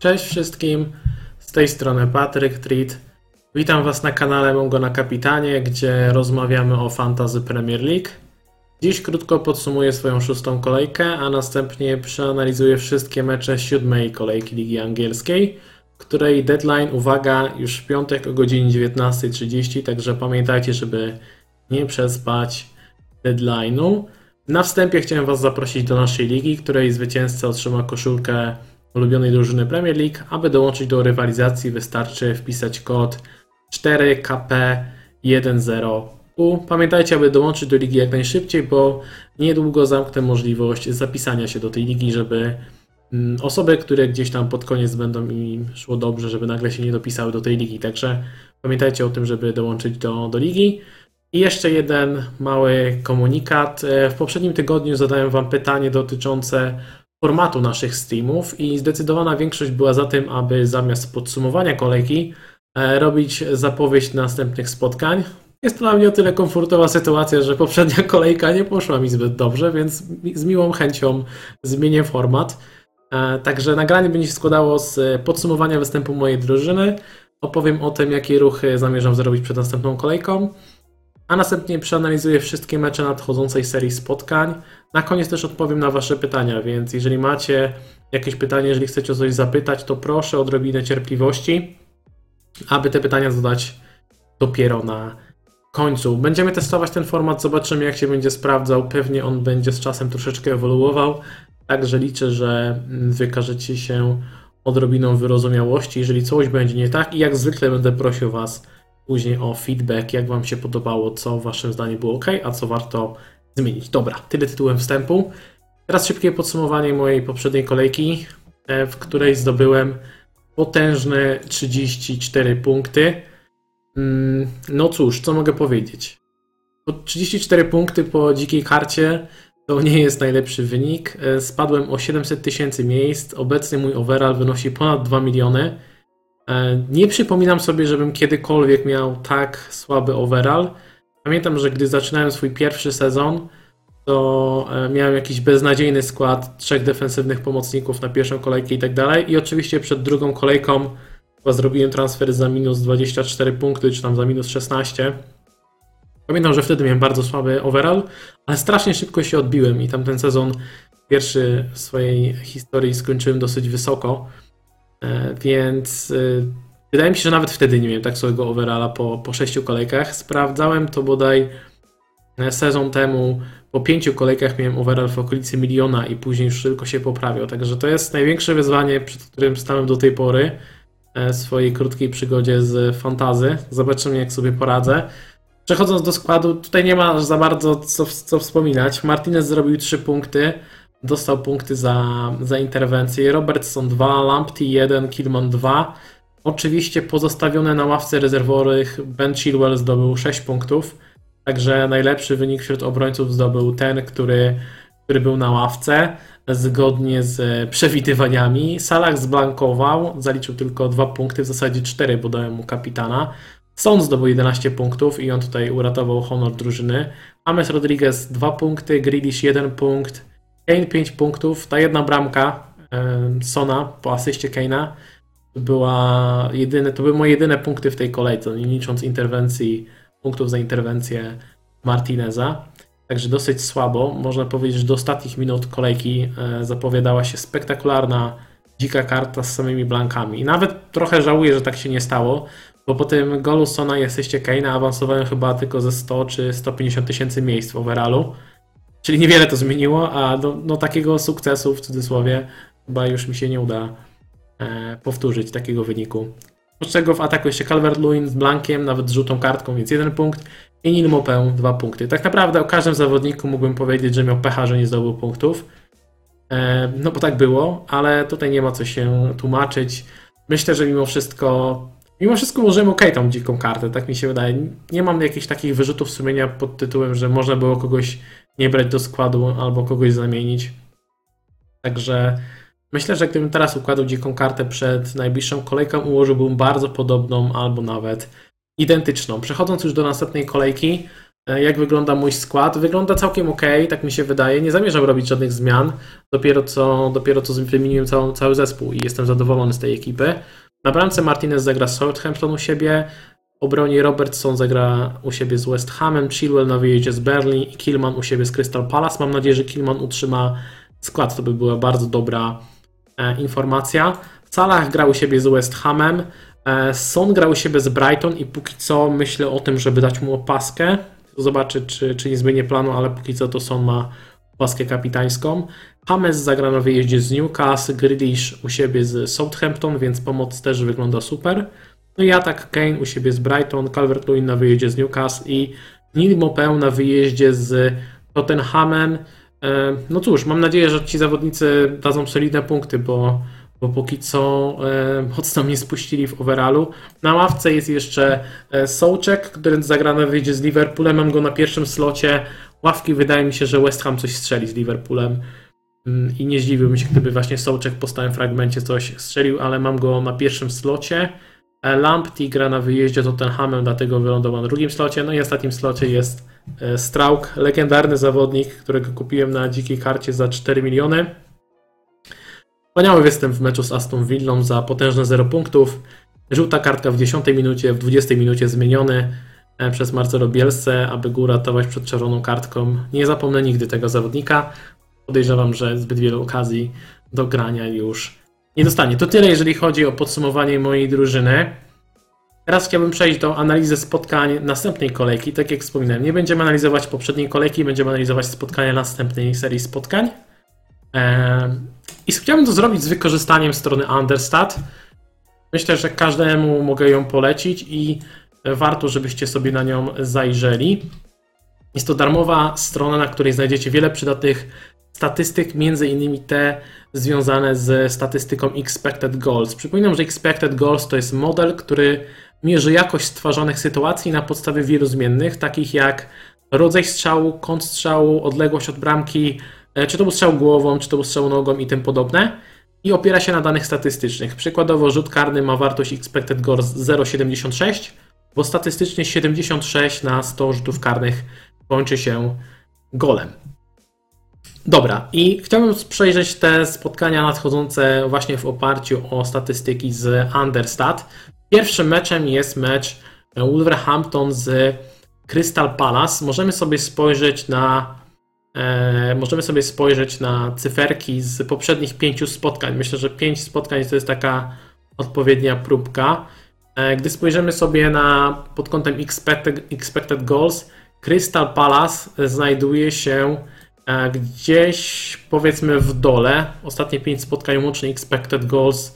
Cześć wszystkim, z tej strony Patryk Treat. Witam Was na kanale Mongo na Kapitanie, gdzie rozmawiamy o Fantasy Premier League. Dziś krótko podsumuję swoją szóstą kolejkę, a następnie przeanalizuję wszystkie mecze siódmej kolejki Ligi Angielskiej, której deadline, uwaga, już w piątek o godzinie 19:30, także pamiętajcie, żeby nie przespać deadline'u. Na wstępie chciałem Was zaprosić do naszej ligi, której zwycięzca otrzyma koszulkę ulubionej drużyny Premier League. Aby dołączyć do rywalizacji, wystarczy wpisać kod 4KP10U. Pamiętajcie, aby dołączyć do ligi jak najszybciej, bo niedługo zamknę możliwość zapisania się do tej ligi, żeby osoby, które gdzieś tam pod koniec będą im szło dobrze, żeby nagle się nie dopisały do tej ligi. Także pamiętajcie o tym, żeby dołączyć do ligi. I jeszcze jeden mały komunikat. W poprzednim tygodniu zadałem Wam pytanie dotyczące formatu naszych streamów i zdecydowana większość była za tym, aby zamiast podsumowania kolejki robić zapowiedź następnych spotkań. Jest to dla mnie o tyle komfortowa sytuacja, że poprzednia kolejka nie poszła mi zbyt dobrze, więc z miłą chęcią zmienię format. Także nagranie będzie się składało z podsumowania występu mojej drużyny. Opowiem o tym, jakie ruchy zamierzam zrobić przed następną kolejką, a następnie przeanalizuję wszystkie mecze nadchodzącej serii spotkań. Na koniec też odpowiem na Wasze pytania, więc jeżeli macie jakieś pytanie, jeżeli chcecie o coś zapytać, to proszę o odrobinę cierpliwości, aby te pytania zadać dopiero na końcu. Będziemy testować ten format, zobaczymy jak się będzie sprawdzał, pewnie on będzie z czasem troszeczkę ewoluował, także liczę, że wykażecie się odrobiną wyrozumiałości, jeżeli coś będzie nie tak, i jak zwykle będę prosił Was później o feedback, jak Wam się podobało, co Waszym zdaniem było ok, a co warto zmienić. Dobra, tyle tytułem wstępu. Teraz szybkie podsumowanie mojej poprzedniej kolejki, w której zdobyłem potężne 34 punkty. No cóż, co mogę powiedzieć? 34 punkty po dzikiej karcie to nie jest najlepszy wynik. Spadłem o 700 000 miejsc. Obecnie mój overall wynosi ponad 2 miliony. Nie przypominam sobie, żebym kiedykolwiek miał tak słaby overall. Pamiętam, że gdy zaczynałem swój pierwszy sezon, to miałem jakiś beznadziejny skład 3 defensywnych pomocników na pierwszą kolejkę i tak dalej. I oczywiście przed drugą kolejką chyba zrobiłem transfer za minus 24 punkty, czy tam za minus 16. Pamiętam, że wtedy miałem bardzo słaby overall, ale strasznie szybko się odbiłem i tamten sezon pierwszy w swojej historii skończyłem dosyć wysoko. Więc wydaje mi się, że nawet wtedy nie miałem tak słabego overalla po 6 kolejkach. Sprawdzałem to bodaj sezon temu. Po 5 kolejkach miałem overall w okolicy miliona i później już tylko się poprawiał. Także to jest największe wyzwanie, przed którym stałem do tej pory w swojej krótkiej przygodzie z fantasy. Zobaczymy, jak sobie poradzę. Przechodząc do składu, tutaj nie ma za bardzo co wspominać. Martinez zrobił 3 punkty. Dostał punkty za interwencję. Robertson 2, Lamptey 1, Kilman 2. Oczywiście pozostawione na ławce rezerwowych Ben Chilwell zdobył 6 punktów. Także najlepszy wynik wśród obrońców zdobył ten, który był na ławce, zgodnie z przewidywaniami. Salah zblankował, zaliczył tylko 2 punkty, w zasadzie 4, bo dałem mu kapitana. Son zdobył 11 punktów i on tutaj uratował honor drużyny. James Rodriguez 2 punkty, Grealish 1 punkt, Kane 5 punktów. Ta jedna bramka Sona po asyście Kane'a to były moje jedyne punkty w tej kolejce, nie licząc interwencji, punktów za interwencję Martineza. Także dosyć słabo. Można powiedzieć, że do ostatnich minut kolejki zapowiadała się spektakularna, dzika karta z samymi blankami. I nawet trochę żałuję, że tak się nie stało, bo po tym golu Sona i asyście Kane'a awansowałem chyba tylko ze 100 czy 150 000 miejsc w overallu. Czyli niewiele to zmieniło, a do takiego sukcesu, w cudzysłowie, chyba już mi się nie uda powtórzyć takiego wyniku. Z czego w ataku jeszcze Calvert-Lewin z blankiem, nawet z żółtą kartką, więc 1 punkt, i Neil Maupin 2 punkty. Tak naprawdę o każdym zawodniku mógłbym powiedzieć, że miał pecha, że nie zdobył punktów. No bo tak było, ale tutaj nie ma co się tłumaczyć. Myślę, że mimo wszystko użyłem ok tą dziką kartę, tak mi się wydaje. Nie mam jakichś takich wyrzutów sumienia pod tytułem, że można było kogoś nie brać do składu albo kogoś zamienić. Także myślę, że gdybym teraz układał dziką kartę przed najbliższą kolejką, ułożyłbym bardzo podobną albo nawet identyczną. Przechodząc już do następnej kolejki, jak wygląda mój skład. Wygląda całkiem ok, tak mi się wydaje. Nie zamierzam robić żadnych zmian. Dopiero co wymieniłem cały zespół i jestem zadowolony z tej ekipy. Na bramce Martinez zagra z Southampton u siebie. W obronie Robertson zagra u siebie z West Hamem, Chilwell na wyjeździe z Burnley i Kilman u siebie z Crystal Palace. Mam nadzieję, że Kilman utrzyma skład. To by była bardzo dobra informacja. Salah grał u siebie z West Hamem. Son grał u siebie z Brighton i póki co myślę o tym, żeby dać mu opaskę. Zobaczę, czy nie zmienię planu, ale póki co to Son ma opaskę kapitańską. James zagra na wyjeździe z Newcastle, Grealish u siebie z Southampton, więc pomoc też wygląda super. No i atak Kane u siebie z Brighton, Calvert-Lewin na wyjeździe z Newcastle i Neil Maupay na wyjeździe z Tottenhamem. No cóż, mam nadzieję, że ci zawodnicy dadzą solidne punkty, bo póki co mocno mnie spuścili w overallu. Na ławce jest jeszcze Souček, który zagra na wyjście z Liverpoolem. Mam go na pierwszym slocie ławki. Wydaje mi się, że West Ham coś strzeli z Liverpoolem i nie zdziwiłbym się, gdyby właśnie Souček po stałym fragmencie coś strzelił, ale mam go na pierwszym slocie. Lamptey gra na wyjeździe z Tottenhamem, dlatego wylądował na drugim slocie. No i ostatnim slocie jest Strauk, legendarny zawodnik, którego kupiłem na dzikiej karcie za 4 miliony. Wspaniały występ w meczu z Aston Villą za potężne 0 punktów. Żółta kartka w 10 minucie, w 20 minucie zmieniony przez Marcelo Bielsę, aby go uratować przed czerwoną kartką. Nie zapomnę nigdy tego zawodnika. Podejrzewam, że zbyt wiele okazji do grania już nie dostanie. To tyle, jeżeli chodzi o podsumowanie mojej drużyny. Teraz chciałbym przejść do analizy spotkań następnej kolejki. Tak jak wspominałem, nie będziemy analizować poprzedniej kolejki, będziemy analizować spotkania następnej serii spotkań. I chciałbym to zrobić z wykorzystaniem strony Understat. Myślę, że każdemu mogę ją polecić i warto, żebyście sobie na nią zajrzeli. Jest to darmowa strona, na której znajdziecie wiele przydatnych statystyk, między innymi te związane z statystyką Expected Goals. Przypominam, że Expected Goals to jest model, który mierzy jakość stwarzanych sytuacji na podstawie wielu zmiennych, takich jak rodzaj strzału, kąt strzału, odległość od bramki, czy to był strzał głową, czy to był strzał nogą i tym podobne. I opiera się na danych statystycznych. Przykładowo rzut karny ma wartość Expected Goals 0,76, bo statystycznie 76 na 100 rzutów karnych kończy się golem. Dobra, i chciałbym przejrzeć te spotkania nadchodzące właśnie w oparciu o statystyki z Understat. Pierwszym meczem jest mecz Wolverhampton z Crystal Palace. Możemy sobie spojrzeć na cyferki z poprzednich 5 spotkań. Myślę, że 5 spotkań to jest taka odpowiednia próbka. Gdy spojrzymy sobie pod kątem expected goals, Crystal Palace znajduje się gdzieś powiedzmy w dole. Ostatnie 5 spotkań łącznie expected goals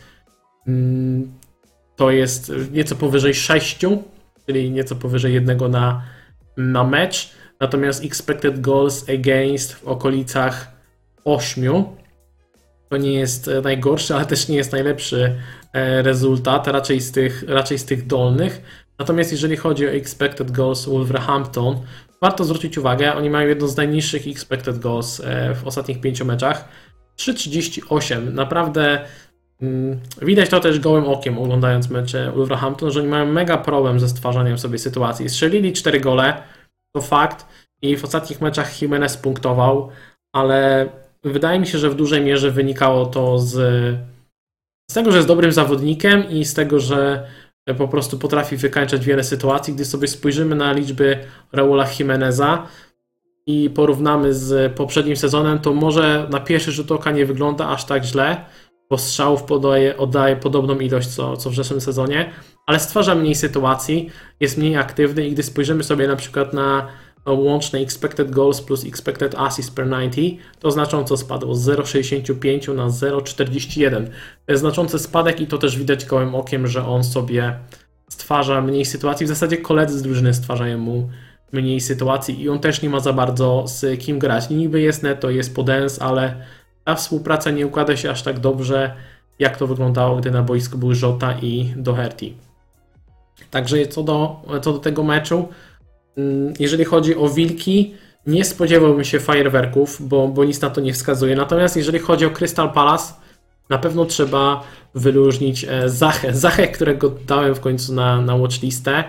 to jest nieco powyżej 6, czyli nieco powyżej 1 na mecz. Natomiast expected goals against w okolicach 8. To nie jest najgorszy, ale też nie jest najlepszy rezultat, raczej z tych dolnych. Natomiast jeżeli chodzi o expected goals Wolverhampton, warto zwrócić uwagę, oni mają jedno z najniższych expected goals w ostatnich 5 meczach. 3,38. Naprawdę widać to też gołym okiem, oglądając mecze Wolverhampton, że oni mają mega problem ze stwarzaniem sobie sytuacji. Strzelili 4 gole, to fakt, i w ostatnich meczach Jimenez punktował, ale wydaje mi się, że w dużej mierze wynikało to z tego, że jest dobrym zawodnikiem i z tego, że po prostu potrafi wykańczać wiele sytuacji. Gdy sobie spojrzymy na liczby Raula Jimeneza i porównamy z poprzednim sezonem, to może na pierwszy rzut oka nie wygląda aż tak źle, bo strzałów oddaje podobną ilość co w zeszłym sezonie, ale stwarza mniej sytuacji, jest mniej aktywny i gdy spojrzymy sobie na przykład na łączne expected goals plus expected assists per 90, to znacząco spadło z 0,65 na 0,41. To jest znaczący spadek i to też widać gołym okiem, że on sobie stwarza mniej sytuacji. W zasadzie koledzy z drużyny stwarzają mu mniej sytuacji i on też nie ma za bardzo z kim grać. Niby jest Neto, jest Podence, ale ta współpraca nie układa się aż tak dobrze, jak to wyglądało, gdy na boisku był Jota i Doherty. Także co do tego meczu, jeżeli chodzi o Wilki, nie spodziewałbym się fajerwerków, bo nic na to nie wskazuje. Natomiast jeżeli chodzi o Crystal Palace, na pewno trzeba wyróżnić Zachę, którego dałem w końcu na watchlistę.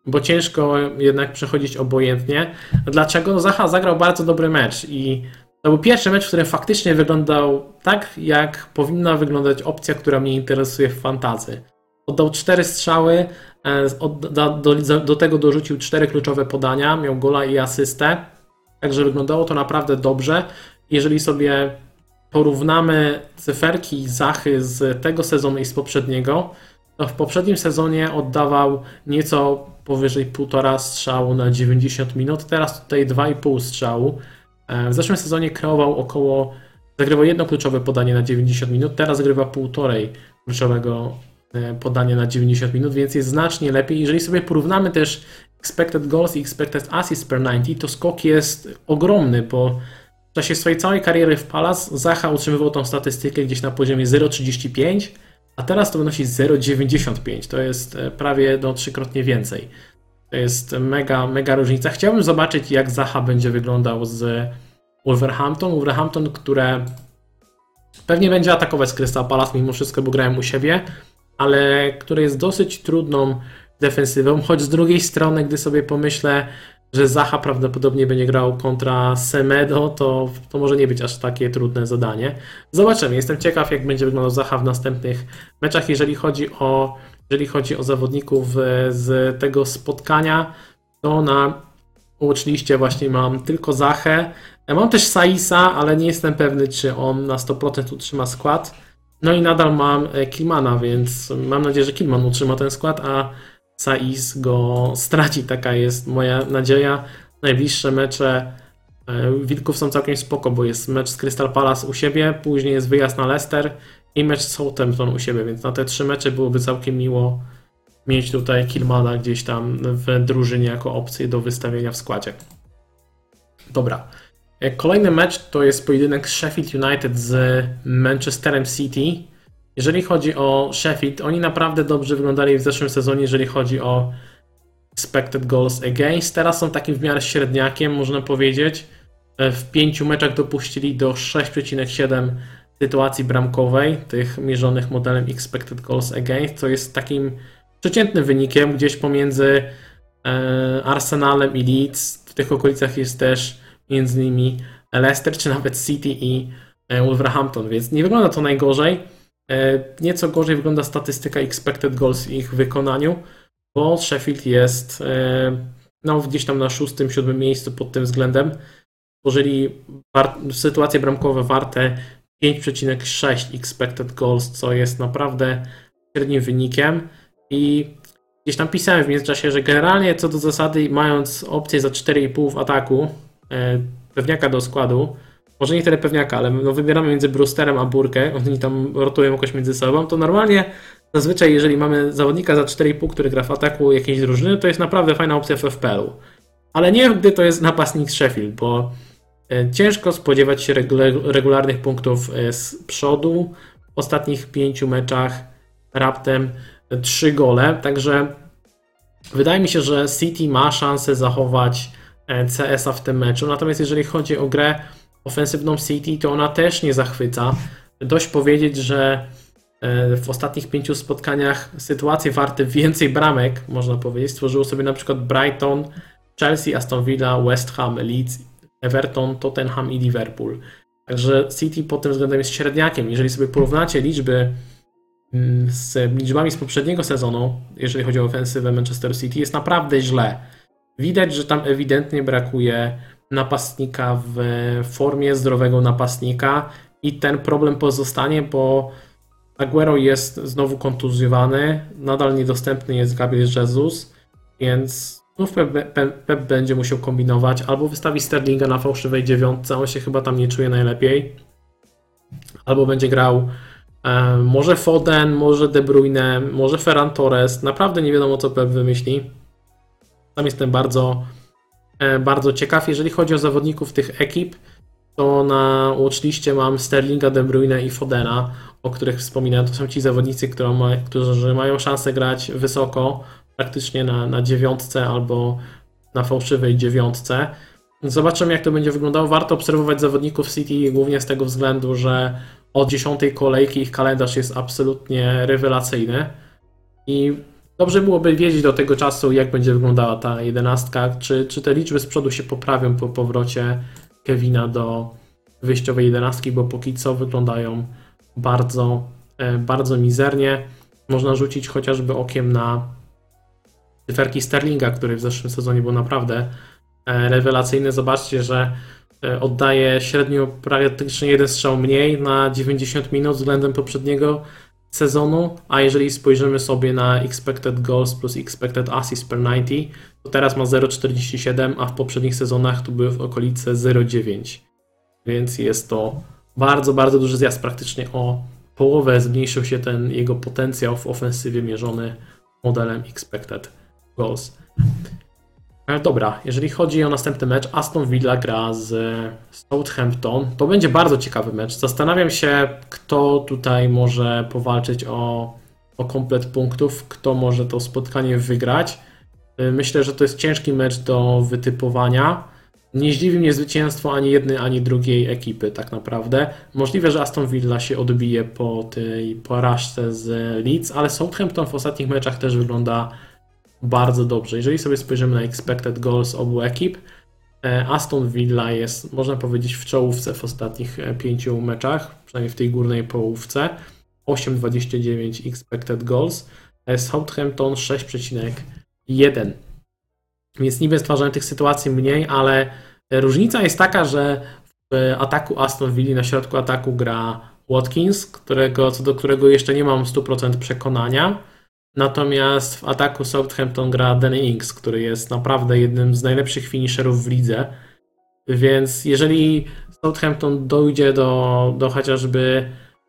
bo ciężko jednak przechodzić obojętnie. Dlaczego? No Zaha zagrał bardzo dobry mecz i to był pierwszy mecz, w którym faktycznie wyglądał tak, jak powinna wyglądać opcja, która mnie interesuje w fantasy. Oddał 4 strzały, do tego dorzucił 4 kluczowe podania, miał gola i asystę, także wyglądało to naprawdę dobrze. Jeżeli sobie porównamy cyferki Zachy z tego sezonu i z poprzedniego, to w poprzednim sezonie oddawał nieco powyżej 1,5 strzału na 90 minut, teraz tutaj 2,5 strzału. W zeszłym sezonie zagrywał jedno kluczowe podanie na 90 minut, teraz zagrywa 1,5 kluczowego podania na 90 minut, więc jest znacznie lepiej. Jeżeli sobie porównamy też expected goals i expected assists per 90, to skok jest ogromny, bo w czasie swojej całej kariery w Palace Zaha utrzymywał tą statystykę gdzieś na poziomie 0,35, a teraz to wynosi 0,95. To jest prawie trzykrotnie więcej. To jest mega różnica. Chciałbym zobaczyć, jak Zaha będzie wyglądał z Wolverhampton. Wolverhampton, które pewnie będzie atakować z Crystal Palace mimo wszystko, bo grałem u siebie, ale które jest dosyć trudną defensywą, choć z drugiej strony, gdy sobie pomyślę, że Zaha prawdopodobnie będzie grał kontra Semedo, to może nie być aż takie trudne zadanie. Zobaczymy. Jestem ciekaw, jak będzie wyglądał Zaha w następnych meczach. Jeżeli chodzi o zawodników z tego spotkania, to na watchliście właśnie mam tylko Zachę. Mam też Saisa, ale nie jestem pewny, czy on na 100% utrzyma skład. No i nadal mam Kilmana, więc mam nadzieję, że Kilman utrzyma ten skład, a Saiz go straci. Taka jest moja nadzieja. Najbliższe mecze Wilków są całkiem spoko, bo jest mecz z Crystal Palace u siebie, później jest wyjazd na Leicester i mecz z Southampton u siebie, więc na te 3 mecze byłoby całkiem miło mieć tutaj Kilmana gdzieś tam w drużynie jako opcję do wystawienia w składzie. Dobra. Kolejny mecz to jest pojedynek Sheffield United z Manchesterem City. Jeżeli chodzi o Sheffield, oni naprawdę dobrze wyglądali w zeszłym sezonie, jeżeli chodzi o expected goals against. Teraz są takim w miarę średniakiem, można powiedzieć. W 5 meczach dopuścili do 6,7 sytuacji bramkowej, tych mierzonych modelem expected goals against, co jest takim przeciętnym wynikiem, gdzieś pomiędzy Arsenalem i Leeds. W tych okolicach jest też między innymi Leicester, czy nawet City i Wolverhampton, więc nie wygląda to najgorzej. Nieco gorzej wygląda statystyka expected goals w ich wykonaniu, bo Sheffield jest gdzieś tam na 6-7 miejscu pod tym względem. Tworzyli sytuacje bramkowe warte 5,6 expected goals, co jest naprawdę średnim wynikiem i gdzieś tam pisałem w międzyczasie, że generalnie co do zasady, mając opcję za 4,5 w ataku, pewniaka do składu, może nie tyle pewniaka, ale wybieramy między Brewsterem a Burkę, oni tam rotują jakoś między sobą, to normalnie zazwyczaj jeżeli mamy zawodnika za 4,5, który gra w ataku jakiejś drużyny, to jest naprawdę fajna opcja w FPL-u. Ale nie gdy to jest napastnik z Sheffield, bo ciężko spodziewać się regularnych punktów z przodu. W ostatnich 5 meczach raptem 3 gole, także wydaje mi się, że City ma szansę zachować CS-a w tym meczu, natomiast jeżeli chodzi o grę ofensywną City, to ona też nie zachwyca. Dość powiedzieć, że w ostatnich 5 spotkaniach sytuacje warte więcej bramek, można powiedzieć, stworzyło sobie na przykład Brighton, Chelsea, Aston Villa, West Ham, Leeds, Everton, Tottenham i Liverpool. Także City pod tym względem jest średniakiem. Jeżeli sobie porównacie liczby z liczbami z poprzedniego sezonu, jeżeli chodzi o ofensywę Manchester City, jest naprawdę źle. Widać, że tam ewidentnie brakuje napastnika w formie zdrowego napastnika i ten problem pozostanie, bo Aguero jest znowu kontuzjowany, nadal niedostępny jest Gabriel Jesus, więc znów Pep będzie musiał kombinować, albo wystawi Sterlinga na fałszywej 9, on się chyba tam nie czuje najlepiej, albo będzie grał może Foden, może De Bruyne, może Ferran Torres, naprawdę nie wiadomo co Pep wymyśli. Tam jestem bardzo ciekaw. Jeżeli chodzi o zawodników tych ekip, to na watchliście mam Sterlinga, De Bruyne i Fodena, o których wspominałem. To są ci zawodnicy, którzy mają szansę grać wysoko, praktycznie na 9 albo na fałszywej 9. Zobaczymy, jak to będzie wyglądało. Warto obserwować zawodników City głównie z tego względu, że od 10 kolejki ich kalendarz jest absolutnie rewelacyjny i dobrze byłoby wiedzieć do tego czasu, jak będzie wyglądała ta 11, czy te liczby z przodu się poprawią po powrocie Kevina do wyjściowej 11, bo póki co wyglądają bardzo mizernie. Można rzucić chociażby okiem na cyferki Sterlinga, który w zeszłym sezonie był naprawdę rewelacyjny. Zobaczcie, że oddaje średnio praktycznie jeden strzał mniej na 90 minut względem poprzedniego sezonu, a jeżeli spojrzymy sobie na expected goals plus expected assists per 90, to teraz ma 0,47, a w poprzednich sezonach to były w okolicy 0,9. Więc jest to bardzo duży zjazd, praktycznie o połowę zmniejszył się ten jego potencjał w ofensywie mierzony modelem expected goals. Dobra, jeżeli chodzi o następny mecz, Aston Villa gra z Southampton. To będzie bardzo ciekawy mecz. Zastanawiam się, kto tutaj może powalczyć o komplet punktów, kto może to spotkanie wygrać. Myślę, że to jest ciężki mecz do wytypowania. Nie zdziwi mnie zwycięstwo ani jednej, ani drugiej ekipy tak naprawdę. Możliwe, że Aston Villa się odbije po tej porażce z Leeds, ale Southampton w ostatnich meczach też wygląda bardzo dobrze. Jeżeli sobie spojrzymy na expected goals obu ekip, Aston Villa jest, można powiedzieć, w czołówce w ostatnich 5 meczach, przynajmniej w tej górnej połówce. 8,29 expected goals, Southampton 6,1. Więc niby stwarzają tych sytuacji mniej, ale różnica jest taka, że w ataku Aston Villa na środku ataku gra Watkins, co do którego jeszcze nie mam 100% przekonania. Natomiast w ataku Southampton gra Danny Ings, który jest naprawdę jednym z najlepszych finisherów w lidze. Więc jeżeli Southampton dojdzie do chociażby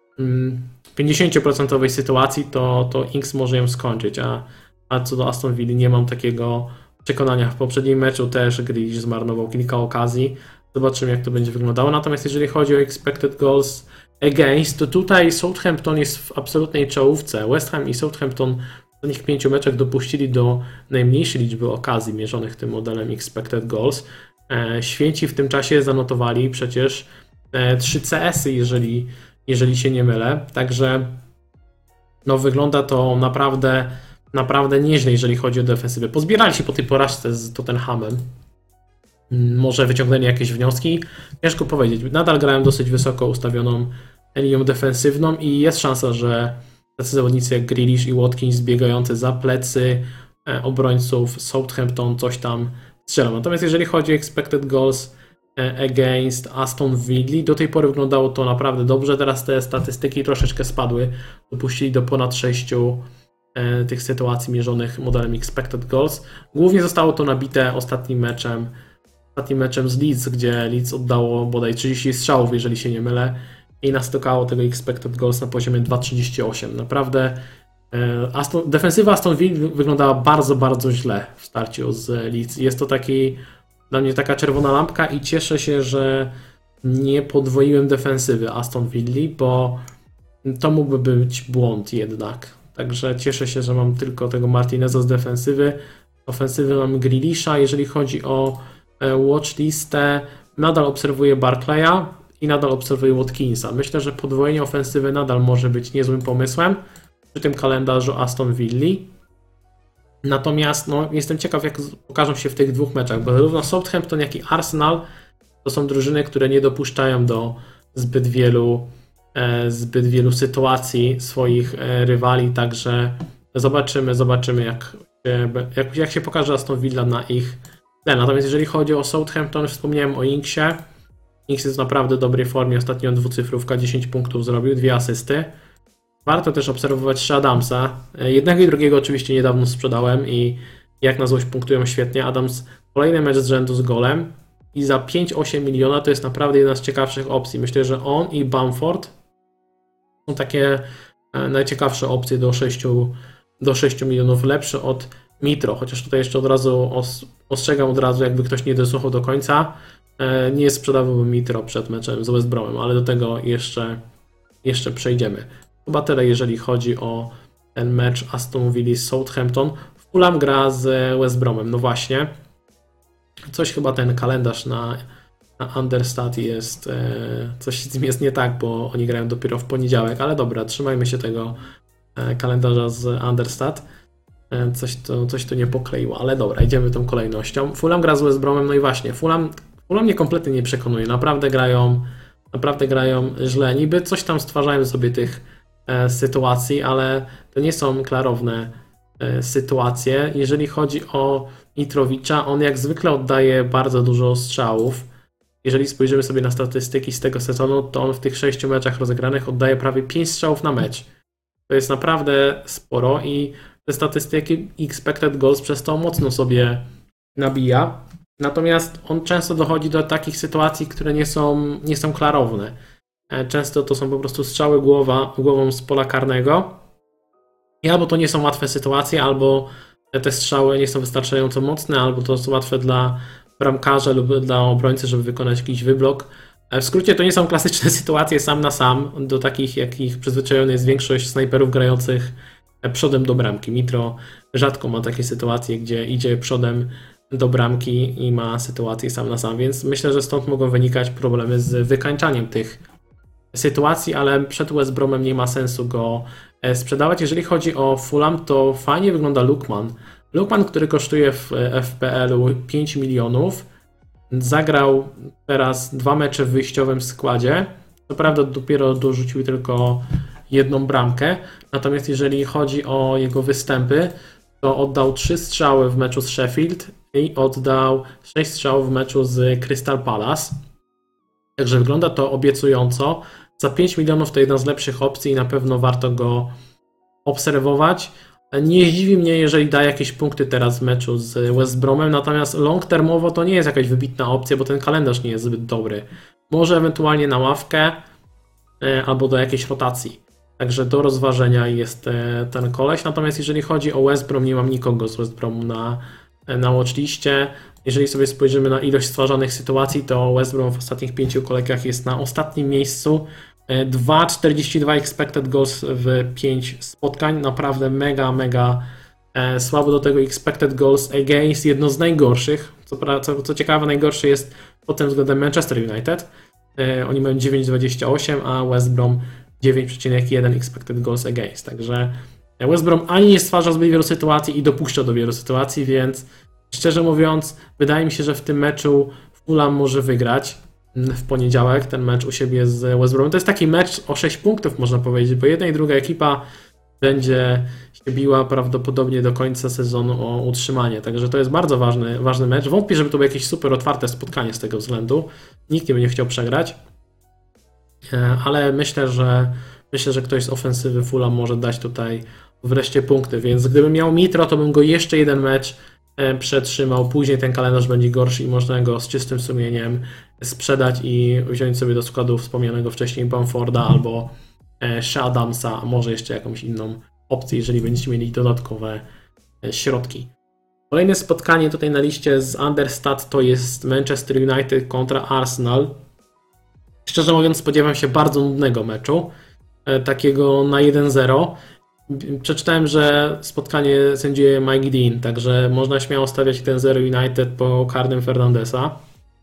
50% sytuacji, to Ings może ją skończyć. A co do Aston Villa nie mam takiego przekonania. W poprzednim meczu też Grealish zmarnował kilka okazji. Zobaczymy, jak to będzie wyglądało. Natomiast jeżeli chodzi o expected goals against, to tutaj Southampton jest w absolutnej czołówce. West Ham i Southampton w ostatnich 5 meczach dopuścili do najmniejszej liczby okazji mierzonych tym modelem expected goals. Święci w tym czasie zanotowali przecież 3 CS-y, jeżeli się nie mylę. Także no, wygląda to naprawdę nieźle, jeżeli chodzi o defensywę. Pozbierali się po tej porażce z Tottenhamem. Może wyciągnęli jakieś wnioski? Ciężko powiedzieć. Nadal grałem dosyć wysoko ustawioną linią defensywną i jest szansa, że tacy zawodnicy jak Grealish i Watkins biegający za plecy obrońców Southampton coś tam strzelą. Natomiast jeżeli chodzi o expected goals against Aston Villa, do tej pory wyglądało to naprawdę dobrze. Teraz te statystyki troszeczkę spadły. Dopuścili do ponad 6 tych sytuacji mierzonych modelem expected goals. Głównie zostało to nabite ostatnim meczem z Leeds, gdzie Leeds oddało bodaj 30 strzałów, jeżeli się nie mylę, i nastokało tego expected goals na poziomie 2,38. Naprawdę defensywa Aston Villa wyglądała bardzo źle w starciu z Leeds. Jest to dla mnie taka czerwona lampka i cieszę się, że nie podwoiłem defensywy Aston Villa, bo to mógłby być błąd jednak. Także cieszę się, że mam tylko tego Martineza z defensywy. Ofensywy mamy Grealisha. Jeżeli chodzi o watchlistę, nadal obserwuję Barclaya i nadal obserwuję Watkinsa. Myślę, że podwojenie ofensywy nadal może być niezłym pomysłem przy tym kalendarzu Aston Villa. Natomiast jestem ciekaw, jak pokażą się w tych 2 meczach, bo zarówno Southampton, jak i Arsenal to są drużyny, które nie dopuszczają do zbyt wielu sytuacji swoich rywali, także zobaczymy jak się pokaże Aston Villa na ich tle. Natomiast jeżeli chodzi o Southampton, wspomniałem o Inksie. Inks jest w naprawdę dobrej formie, ostatnio dwucyfrówka, 10 punktów zrobił, 2 asysty. Warto też obserwować Che Adamsa. Jednego i drugiego oczywiście niedawno sprzedałem i jak na złość punktują świetnie. Adams kolejny mecz z rzędu z golem i za 5-8 miliona to jest naprawdę jedna z ciekawszych opcji. Myślę, że on i Bamford są takie najciekawsze opcje do 6 milionów, lepsze od Mitro, chociaż tutaj jeszcze od razu ostrzegam jakby ktoś nie dosłuchał do końca, nie sprzedawałbym Mitro przed meczem z West Bromem, ale do tego jeszcze przejdziemy. Chyba tyle, jeżeli chodzi o ten mecz Aston Villa z Southampton. Fulham gra z West Bromem, no właśnie. Coś chyba ten kalendarz na Understat jest, coś z nim jest nie tak, bo oni grają dopiero w poniedziałek, ale dobra, trzymajmy się tego kalendarza z Understat. Coś tu nie pokleiło, ale dobra, idziemy tą kolejnością. Fulham gra z West Bromem, no i właśnie, Fulham mnie kompletnie nie przekonuje, naprawdę grają źle. Niby coś tam stwarzają sobie tych sytuacji, ale to nie są klarowne sytuacje. Jeżeli chodzi o Mitrowicza, on jak zwykle oddaje bardzo dużo strzałów. Jeżeli spojrzymy sobie na statystyki z tego sezonu, to on w tych 6 meczach rozegranych oddaje prawie 5 strzałów na mecz. To jest naprawdę sporo i te statystyki expected goals przez to mocno sobie nabija. Natomiast on często dochodzi do takich sytuacji, które nie są klarowne. Często to są po prostu strzały głową z pola karnego. I albo to nie są łatwe sytuacje, albo te strzały nie są wystarczająco mocne, albo to są łatwe dla bramkarza lub dla obrońcy, żeby wykonać jakiś wyblok. W skrócie to nie są klasyczne sytuacje sam na sam, do takich jakich przyzwyczajony jest większość snajperów grających przodem do bramki. Mitro rzadko ma takie sytuacje, gdzie idzie przodem do bramki i ma sytuację sam na sam, więc myślę, że stąd mogą wynikać problemy z wykańczaniem tych sytuacji, ale przed West Bromem nie ma sensu go sprzedawać. Jeżeli chodzi o Fulham, to fajnie wygląda Lookman. Lookman, który kosztuje w FPL-u 5 milionów, zagrał teraz 2 mecze w wyjściowym składzie. Co prawda dopiero dorzucił tylko 1 bramkę, natomiast jeżeli chodzi o jego występy, to oddał 3 strzały w meczu z Sheffield i oddał 6 strzałów w meczu z Crystal Palace. Także wygląda to obiecująco. Za 5 milionów to jedna z lepszych opcji i na pewno warto go obserwować. Nie zdziwi mnie, jeżeli da jakieś punkty teraz w meczu z West Bromem, natomiast long termowo to nie jest jakaś wybitna opcja, bo ten kalendarz nie jest zbyt dobry. Może ewentualnie na ławkę albo do jakiejś rotacji. Także do rozważenia jest ten koleś. Natomiast jeżeli chodzi o West Brom, nie mam nikogo z West Bromu na watchliście. Jeżeli sobie spojrzymy na ilość stwarzanych sytuacji, to West Brom w ostatnich 5 kolejkach jest na ostatnim miejscu. 2,42 expected goals w 5 spotkań. Naprawdę mega słabo. Do tego expected goals against jedno z najgorszych. Co ciekawe, najgorszy jest pod tym względem Manchester United. Oni mają 9,28, a West Brom 9,1 expected goals against. Także West Brom ani nie stwarza zbyt wielu sytuacji i dopuszcza do wielu sytuacji, więc szczerze mówiąc, wydaje mi się, że w tym meczu Fulham może wygrać w poniedziałek, ten mecz u siebie z West Brom. To jest taki mecz o 6 punktów, można powiedzieć, bo jedna i druga ekipa będzie się biła prawdopodobnie do końca sezonu o utrzymanie. Także to jest bardzo ważny mecz. Wątpię, żeby to było jakieś super otwarte spotkanie z tego względu. Nikt nie będzie chciał przegrać. Ale myślę, że ktoś z ofensywy Fulham może dać tutaj wreszcie punkty, więc gdybym miał Mitro, to bym go jeszcze jeden mecz przetrzymał, później ten kalendarz będzie gorszy i można go z czystym sumieniem sprzedać i wziąć sobie do składu wspomnianego wcześniej Bamforda albo Adamsa, a może jeszcze jakąś inną opcję, jeżeli będziecie mieli dodatkowe środki. Kolejne spotkanie tutaj na liście z Understat to jest Manchester United kontra Arsenal. Szczerze mówiąc, spodziewam się bardzo nudnego meczu, takiego na 1-0. Przeczytałem, że spotkanie sędziuje Mike Dean, także można śmiało stawiać 1-0 United po karnym Fernandesa.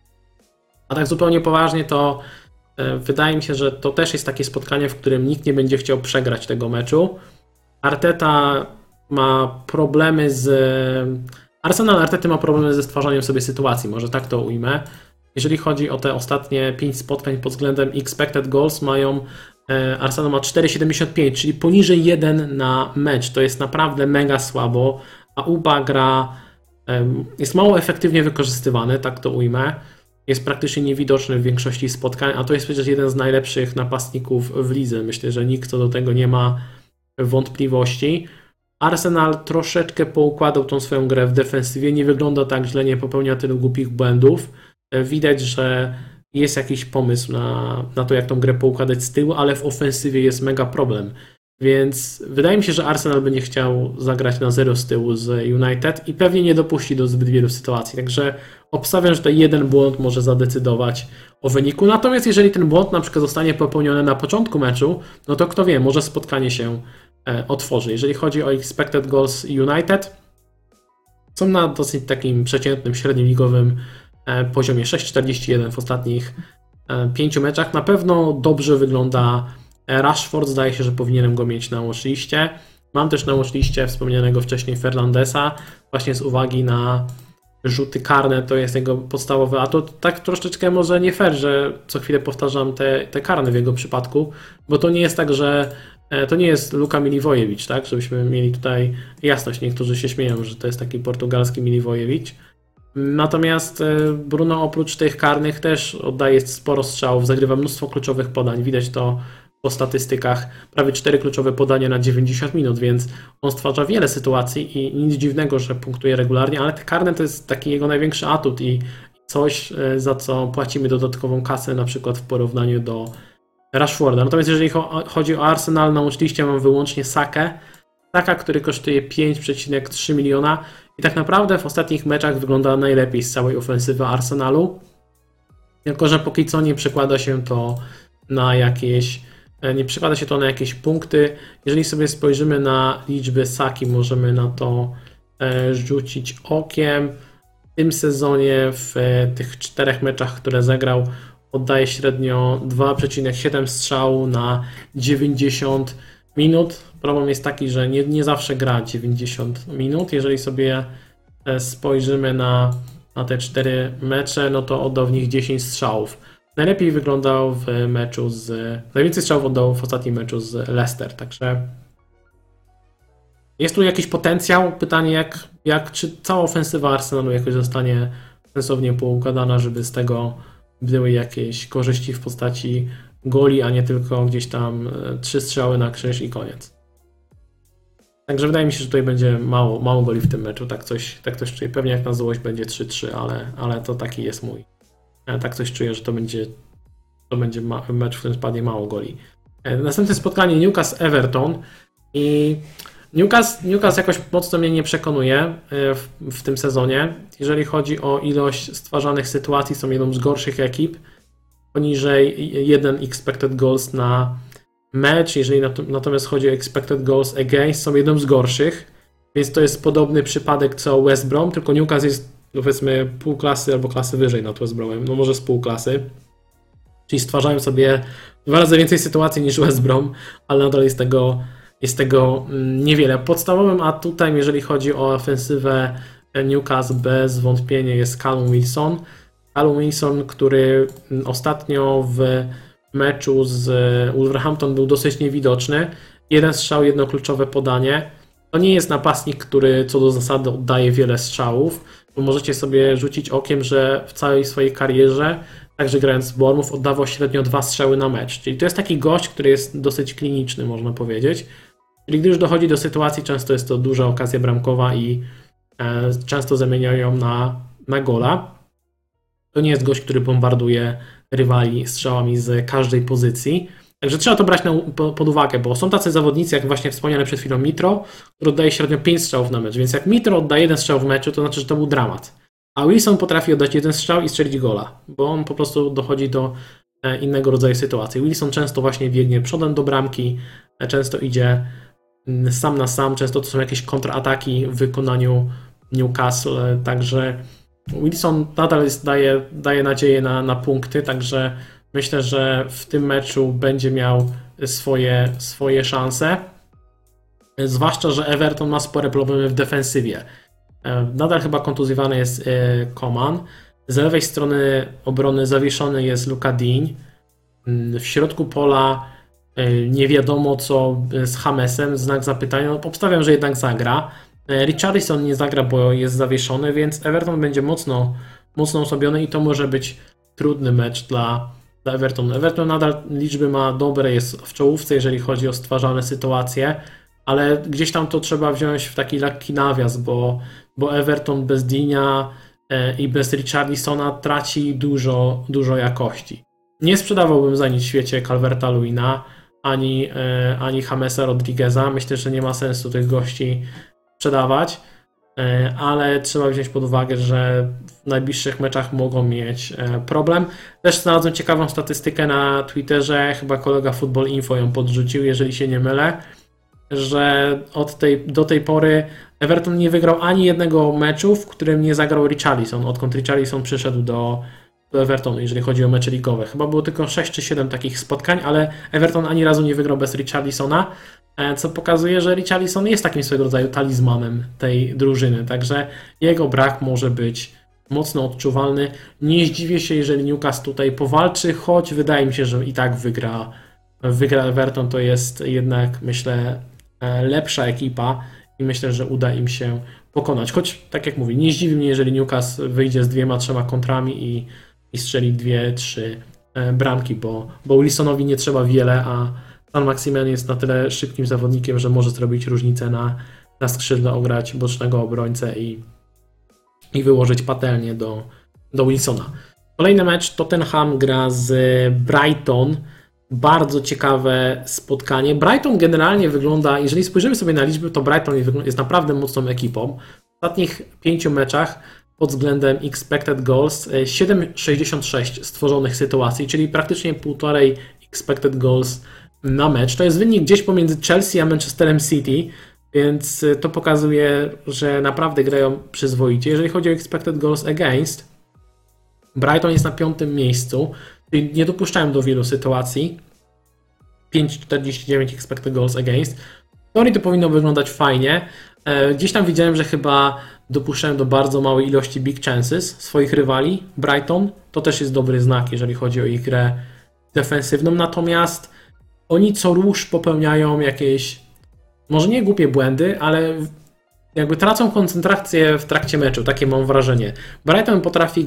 A tak zupełnie poważnie to wydaje mi się, że to też jest takie spotkanie, w którym nikt nie będzie chciał przegrać tego meczu. Arteta ma problemy Arsenal Artety ma problemy ze stwarzaniem sobie sytuacji, może tak to ujmę. Jeżeli chodzi o te ostatnie 5 spotkań pod względem expected goals, Arsenal ma 4,75, czyli poniżej 1 na mecz. To jest naprawdę mega słabo, a UBA jest mało efektywnie wykorzystywany, tak to ujmę. Jest praktycznie niewidoczny w większości spotkań, a to jest przecież jeden z najlepszych napastników w lidze. Myślę, że nikt co do tego nie ma wątpliwości. Arsenal troszeczkę poukładał tą swoją grę w defensywie, nie wygląda tak źle, nie popełnia tylu głupich błędów. Widać, że jest jakiś pomysł na to, jak tą grę poukładać z tyłu, ale w ofensywie jest mega problem. Więc wydaje mi się, że Arsenal będzie chciał zagrać na 0 z tyłu z United i pewnie nie dopuści do zbyt wielu sytuacji. Także obstawiam, że to jeden błąd może zadecydować o wyniku. Natomiast jeżeli ten błąd na przykład zostanie popełniony na początku meczu, no to kto wie, może spotkanie się otworzy. Jeżeli chodzi o expected goals United, są na dosyć takim przeciętnym, średnim ligowym poziomie 6,41 w ostatnich 5 meczach. Na pewno dobrze wygląda Rashford, zdaje się, że powinienem go mieć na watchliście. Mam też na watchliście wspomnianego wcześniej Fernandesa, właśnie z uwagi na rzuty karne, to jest jego podstawowy atut. Tak troszeczkę może nie fair, że co chwilę powtarzam te karne w jego przypadku, bo to nie jest tak, że to nie jest Luka Milivojevic, tak? Żebyśmy mieli tutaj jasność. Niektórzy się śmieją, że to jest taki portugalski Milivojevic. Natomiast Bruno oprócz tych karnych też oddaje sporo strzałów, zagrywa mnóstwo kluczowych podań. Widać to po statystykach. Prawie 4 kluczowe podania na 90 minut, więc on stwarza wiele sytuacji i nic dziwnego, że punktuje regularnie, ale te karne to jest taki jego największy atut i coś, za co płacimy dodatkową kasę, na przykład w porównaniu do Rashforda. Natomiast jeżeli chodzi o Arsenal, na watchliście mam wyłącznie Sakę. Saka, który kosztuje 5,3 miliona i tak naprawdę w ostatnich meczach wygląda najlepiej z całej ofensywy Arsenalu. Tylko że póki co nie przekłada się to na jakieś punkty. Jeżeli sobie spojrzymy na liczby Saki, możemy na to rzucić okiem. W tym sezonie w tych 4 meczach, które zagrał, oddaje średnio 2,7 strzału na 90 minut. Problem jest taki, że nie zawsze gra 90 minut. Jeżeli sobie spojrzymy na te 4 mecze, no to oddał w nich 10 strzałów. Najlepiej wyglądał najwięcej strzałów oddał w ostatnim meczu z Leicester, także jest tu jakiś potencjał. Pytanie, czy cała ofensywa Arsenalu jakoś zostanie sensownie poukładana, żeby z tego były jakieś korzyści w postaci goli, a nie tylko gdzieś tam 3 strzały na krzyż i koniec. Także wydaje mi się, że tutaj będzie mało goli w tym meczu, tak coś czuję. Pewnie jak na złość będzie 3-3, ale to taki jest mój. Ja tak coś czuję, że to będzie mecz, w którym spadnie mało goli. Następne spotkanie Newcastle-Everton i Newcastle jakoś mocno mnie nie przekonuje w tym sezonie. Jeżeli chodzi o ilość stwarzanych sytuacji, są jedną z gorszych ekip. Poniżej 1 expected goals na mecz. Jeżeli natomiast chodzi o expected goals against, są jedną z gorszych. Więc to jest podobny przypadek co West Brom, tylko Newcastle jest powiedzmy pół klasy albo klasy wyżej nad West Bromem, no może z pół klasy. Czyli stwarzają sobie 2 razy więcej sytuacji niż West Brom, ale nadal jest tego niewiele. Podstawowym atutem, jeżeli chodzi o ofensywę Newcastle, bez wątpienia jest Callum Wilson. Callum Wilson, który ostatnio w meczu z Wolverhampton był dosyć niewidoczny. 1 strzał, 1 kluczowe podanie. To nie jest napastnik, który co do zasady oddaje wiele strzałów, bo możecie sobie rzucić okiem, że w całej swojej karierze, także grając z Bournemouth, oddawał średnio 2 strzały na mecz. Czyli to jest taki gość, który jest dosyć kliniczny, można powiedzieć. Czyli gdy już dochodzi do sytuacji, często jest to duża okazja bramkowa i często zamieniają na gola. To nie jest gość, który bombarduje rywali strzałami z każdej pozycji. Także trzeba to brać pod uwagę, bo są tacy zawodnicy, jak właśnie wspomniany przed chwilą Mitro, który oddaje średnio 5 strzałów na mecz. Więc jak Mitro oddaje 1 strzał w meczu, to znaczy, że to był dramat. A Wilson potrafi oddać 1 strzał i strzelić gola, bo on po prostu dochodzi do innego rodzaju sytuacji. Wilson często właśnie biegnie przodem do bramki, często idzie sam na sam, często to są jakieś kontrataki w wykonaniu Newcastle, także Wilson nadal daje nadzieję na punkty, także myślę, że w tym meczu będzie miał swoje szanse. Zwłaszcza, że Everton ma spore problemy w defensywie. Nadal chyba kontuzjowany jest Coman. Z lewej strony obrony zawieszony jest Luka Dean. W środku pola nie wiadomo co z Jamesem, znak zapytania. No, obstawiam, że jednak zagra. Richarlison nie zagra, bo jest zawieszony, więc Everton będzie mocno osłabiony i to może być trudny mecz dla Evertonu. Everton nadal liczby ma dobre, jest w czołówce, jeżeli chodzi o stwarzane sytuacje, ale gdzieś tam to trzeba wziąć w taki lekki nawias, bo Everton bez Deana i bez Richarlisona traci dużo jakości. Nie sprzedawałbym za nic w świecie Calverta-Lewina ani Jamesa Rodrigueza. Myślę, że nie ma sensu tych gości sprzedawać, ale trzeba wziąć pod uwagę, że w najbliższych meczach mogą mieć problem. Też znalazłem ciekawą statystykę na Twitterze, chyba kolega Football Info ją podrzucił, jeżeli się nie mylę, że do tej pory Everton nie wygrał ani jednego meczu, w którym nie zagrał Richarlison, odkąd Richarlison przyszedł do do Evertonu, jeżeli chodzi o mecze ligowe. Chyba było tylko 6 czy 7 takich spotkań, ale Everton ani razu nie wygrał bez Richarlisona, co pokazuje, że Richarlison jest takim swego rodzaju talizmanem tej drużyny, także jego brak może być mocno odczuwalny. Nie zdziwię się, jeżeli Newcastle tutaj powalczy, choć wydaje mi się, że i tak wygra Everton. To jest jednak, myślę, lepsza ekipa i myślę, że uda im się pokonać. Choć, tak jak mówię, nie zdziwi mnie, jeżeli Newcastle wyjdzie z 2-3 kontrami i strzeli 2-3 bramki, bo Wilsonowi nie trzeba wiele, a Saint-Maximin jest na tyle szybkim zawodnikiem, że może zrobić różnicę na skrzydle, ograć bocznego obrońcę i wyłożyć patelnię do Wilsona. Kolejny mecz, Tottenham gra z Brighton. Bardzo ciekawe spotkanie. Brighton generalnie wygląda, jeżeli spojrzymy sobie na liczby, to Brighton jest naprawdę mocną ekipą. W ostatnich 5 meczach pod względem expected goals 7,66 stworzonych sytuacji, czyli praktycznie 1,5 expected goals na mecz. To jest wynik gdzieś pomiędzy Chelsea a Manchesterem City, więc to pokazuje, że naprawdę grają przyzwoicie. Jeżeli chodzi o expected goals against, Brighton jest na 5. miejscu, czyli nie dopuszczają do wielu sytuacji. 5,49 expected goals against. W teorii to powinno wyglądać fajnie. Gdzieś tam widziałem, że chyba dopuszczają do bardzo małej ilości big chances swoich rywali Brighton. To też jest dobry znak, jeżeli chodzi o ich grę defensywną. Natomiast oni co rusz popełniają jakieś, może nie głupie błędy, ale jakby tracą koncentrację w trakcie meczu. Takie mam wrażenie. Brighton potrafi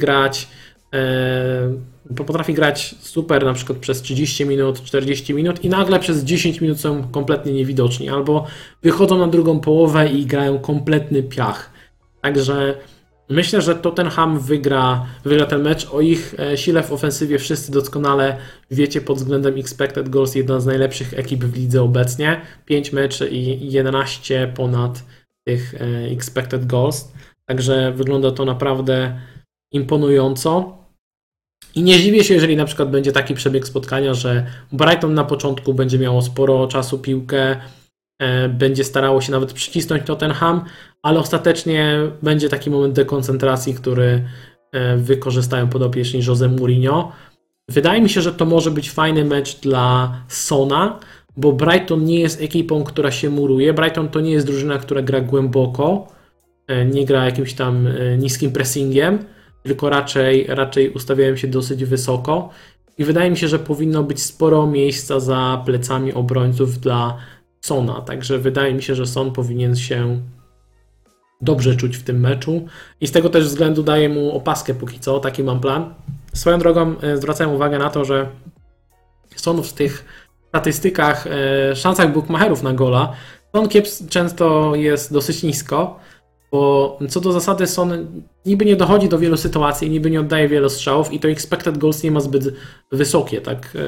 grać super na przykład przez 30 minut, 40 minut i nagle przez 10 minut są kompletnie niewidoczni, albo wychodzą na drugą połowę i grają kompletny piach. Także myślę, że Tottenham wygra ten mecz. O ich sile w ofensywie wszyscy doskonale wiecie pod względem expected goals, jedna z najlepszych ekip w lidze obecnie. 5 meczy i 11 ponad tych expected goals. Także wygląda to naprawdę imponująco. I nie dziwię się, jeżeli na przykład będzie taki przebieg spotkania, że Brighton na początku będzie miało sporo czasu piłkę, będzie starało się nawet przycisnąć Tottenham, ale ostatecznie będzie taki moment dekoncentracji, który wykorzystają podopieczni Jose Mourinho. Wydaje mi się, że to może być fajny mecz dla Sona, bo Brighton nie jest ekipą, która się muruje. Brighton to nie jest drużyna, która gra głęboko, nie gra jakimś tam niskim pressingiem, tylko raczej ustawiają się dosyć wysoko i wydaje mi się, że powinno być sporo miejsca za plecami obrońców dla Sona, także wydaje mi się, że Son powinien się dobrze czuć w tym meczu i z tego też względu daję mu opaskę póki co, taki mam plan. Swoją drogą zwracałem uwagę na to, że Son w tych statystykach, szansach bookmacherów na gola, Son często jest dosyć nisko, bo co do zasady Son niby nie dochodzi do wielu sytuacji, niby nie oddaje wielu strzałów i to expected goals nie ma zbyt wysokie.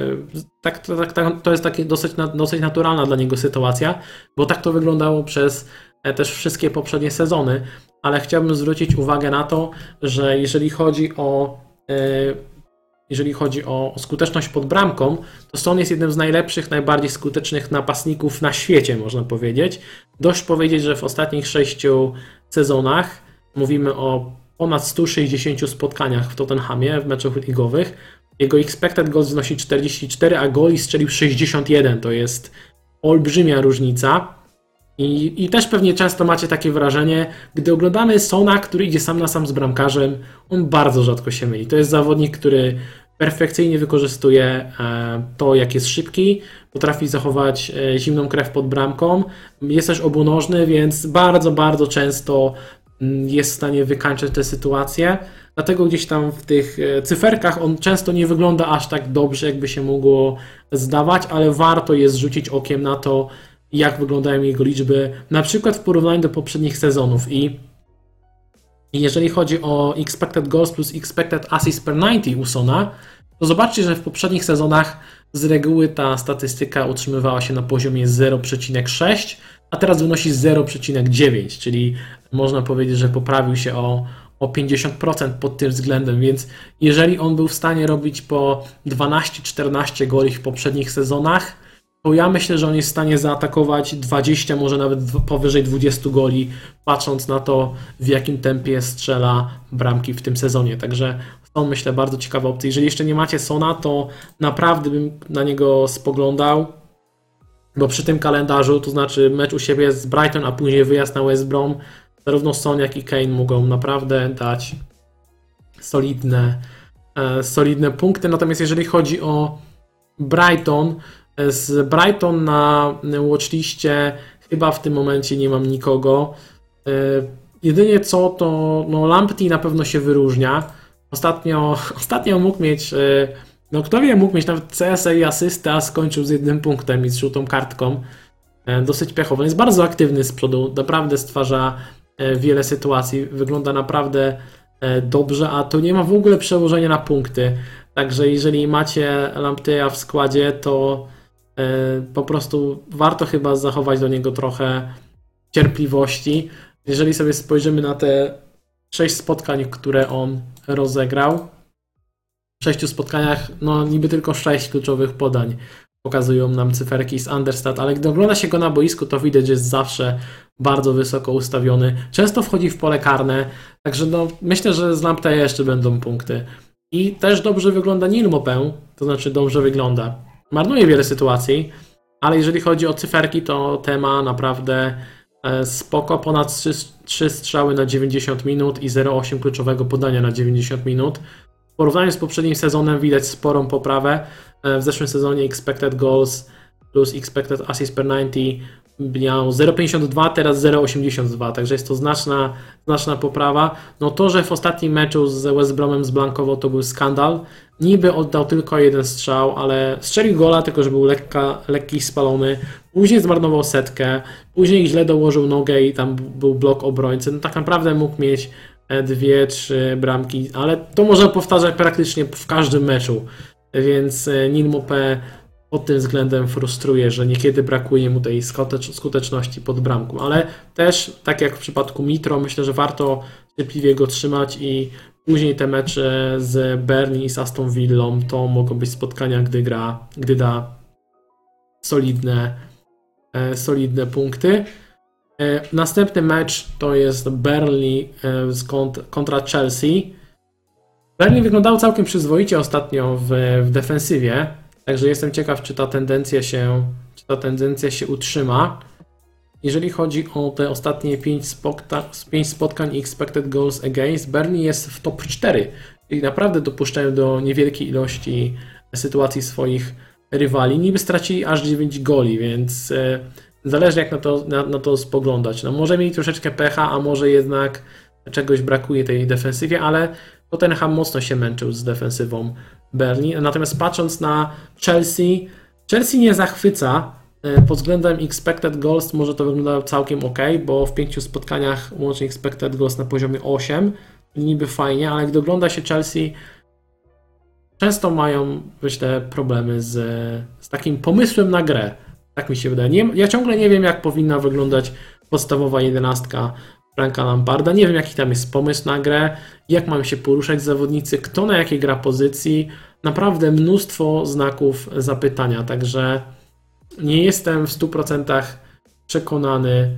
To jest takie dosyć naturalna dla niego sytuacja, bo tak to wyglądało przez też wszystkie poprzednie sezony, ale chciałbym zwrócić uwagę na to, że jeżeli chodzi o skuteczność pod bramką, to Son jest jednym z najlepszych, najbardziej skutecznych napastników na świecie, można powiedzieć. Dość powiedzieć, że w ostatnich 6 sezonach, mówimy o ponad 160 spotkaniach w Tottenhamie, w meczach ligowych, jego expected goals wynosi 44, a goli strzelił 61. To jest olbrzymia różnica. I też pewnie często macie takie wrażenie, gdy oglądamy Sona, który idzie sam na sam z bramkarzem, on bardzo rzadko się myli. To jest zawodnik, który perfekcyjnie wykorzystuje to, jak jest szybki, potrafi zachować zimną krew pod bramką, jest też obunożny, więc bardzo, bardzo często jest w stanie wykańczać te sytuacje. Dlatego gdzieś tam w tych cyferkach on często nie wygląda aż tak dobrze, jakby się mogło zdawać, ale warto jest rzucić okiem na to, jak wyglądają jego liczby, na przykład w porównaniu do poprzednich sezonów. I jeżeli chodzi o expected goals plus expected assists per 90 u Sona, to zobaczcie, że w poprzednich sezonach z reguły ta statystyka utrzymywała się na poziomie 0,6, a teraz wynosi 0,9, czyli można powiedzieć, że poprawił się o 50% pod tym względem, więc jeżeli on był w stanie robić po 12-14 goli w poprzednich sezonach, to ja myślę, że on jest w stanie zaatakować 20, może nawet powyżej 20 goli, patrząc na to, w jakim tempie strzela bramki w tym sezonie. Także są, myślę, bardzo ciekawe opcje. Jeżeli jeszcze nie macie Sona, to naprawdę bym na niego spoglądał, bo przy tym kalendarzu, to znaczy mecz u siebie z Brighton, a później wyjazd na West Brom, zarówno Son, jak i Kane mogą naprawdę dać solidne punkty. Natomiast jeżeli chodzi o Brighton, z Brighton na watchliście chyba w tym momencie nie mam nikogo. Jedynie co, to Lamptey na pewno się wyróżnia. Ostatnio mógł mieć, kto wie, mógł mieć nawet CSA i asystę, a skończył z 1 punktem i z żółtą kartką. Dosyć pechowy. Jest bardzo aktywny z przodu, naprawdę stwarza wiele sytuacji, wygląda naprawdę dobrze, a to nie ma w ogóle przełożenia na punkty. Także jeżeli macie Lampteya w składzie, to po prostu warto chyba zachować do niego trochę cierpliwości. Jeżeli sobie spojrzymy na te 6 spotkań, które on rozegrał, w 6 spotkaniach, niby tylko 6 kluczowych podań pokazują nam cyferki z Understat, ale gdy ogląda się go na boisku, to widać, że jest zawsze bardzo wysoko ustawiony. Często wchodzi w pole karne, także myślę, że z Lampteya jeszcze będą punkty. I też dobrze wygląda Neal Maupin, to znaczy dobrze wygląda. Marnuje wiele sytuacji, ale jeżeli chodzi o cyferki, to tema naprawdę spoko, ponad 3 strzały na 90 minut i 0,8 kluczowego podania na 90 minut. W porównaniu z poprzednim sezonem widać sporą poprawę. W zeszłym sezonie expected goals plus expected assist per 90 miał 0,52, teraz 0,82, także jest to znaczna poprawa. To, że w ostatnim meczu z West Bromem zblankował, to był skandal. Niby oddał tylko 1 strzał, ale strzelił gola, tylko że był lekki spalony. Później zmarnował setkę, później źle dołożył nogę i tam był blok obrońcy. Tak naprawdę mógł mieć 2-3 bramki, ale to można powtarzać praktycznie w każdym meczu. Więc Neal Maupin pod tym względem frustruje, że niekiedy brakuje mu tej skuteczności pod bramką, ale też, tak jak w przypadku Mitro, myślę, że warto cierpliwie go trzymać i później te mecze z Burnley i z Aston Villą to mogą być spotkania, gdy da solidne punkty. Następny mecz to jest Burnley kontra Chelsea. Burnley wyglądało całkiem przyzwoicie ostatnio w defensywie. Także jestem ciekaw, czy ta tendencja się utrzyma. Jeżeli chodzi o te ostatnie 5 spotkań i expected goals against, Burnley jest w top 4, czyli naprawdę dopuszczają do niewielkiej ilości sytuacji swoich rywali. Niby stracili aż 9 goli, więc zależy jak na to spoglądać. Może mieli troszeczkę pecha, a może jednak czegoś brakuje tej defensywie, ale Tottenham mocno się męczył z defensywą Burnley. Natomiast patrząc na Chelsea nie zachwyca. Pod względem expected goals może to wygląda całkiem ok, bo w 5 spotkaniach łącznie expected goals na poziomie 8, niby fajnie, ale gdy ogląda się Chelsea, często mają, myślę, problemy z takim pomysłem na grę. Tak mi się wydaje. Ja ciągle nie wiem, jak powinna wyglądać podstawowa 11 Franka Lamparda. Nie wiem, jaki tam jest pomysł na grę, jak mają się poruszać zawodnicy, kto na jakiej gra pozycji. Naprawdę mnóstwo znaków zapytania, także nie jestem w 100% przekonany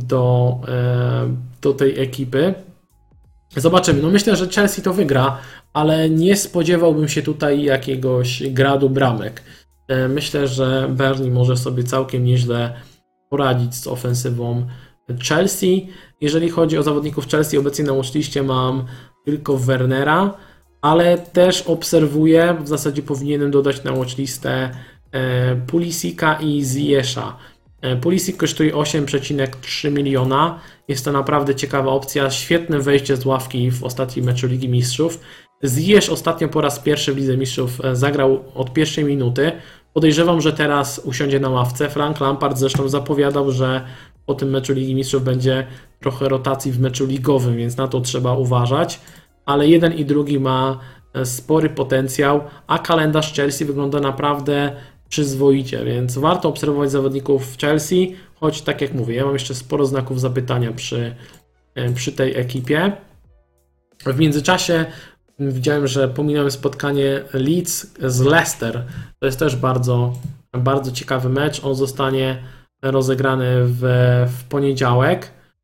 do tej ekipy. Zobaczymy. Myślę, że Chelsea to wygra, ale nie spodziewałbym się tutaj jakiegoś gradu bramek. Myślę, że Burnley może sobie całkiem nieźle poradzić z ofensywą Chelsea. Jeżeli chodzi o zawodników Chelsea, obecnie na watchliście mam tylko Wernera, ale też obserwuję, w zasadzie powinienem dodać na watchlistę Pulisic'a i Ziyesza. Pulisic kosztuje 8,3 miliona. Jest to naprawdę ciekawa opcja. Świetne wejście z ławki w ostatnim meczu Ligi Mistrzów. Ziyech ostatnio po raz pierwszy w Lidze Mistrzów zagrał od pierwszej minuty. Podejrzewam, że teraz usiądzie na ławce. Frank Lampard zresztą zapowiadał, że po tym meczu Ligi Mistrzów będzie trochę rotacji w meczu ligowym, więc na to trzeba uważać. Ale jeden i drugi ma spory potencjał, a kalendarz Chelsea wygląda naprawdę przyzwoicie, więc warto obserwować zawodników Chelsea, choć tak jak mówię, ja mam jeszcze sporo znaków zapytania przy tej ekipie. W międzyczasie widziałem, że pominąłem spotkanie Leeds z Leicester. To jest też bardzo, bardzo ciekawy mecz. On zostanie rozegrany w poniedziałek.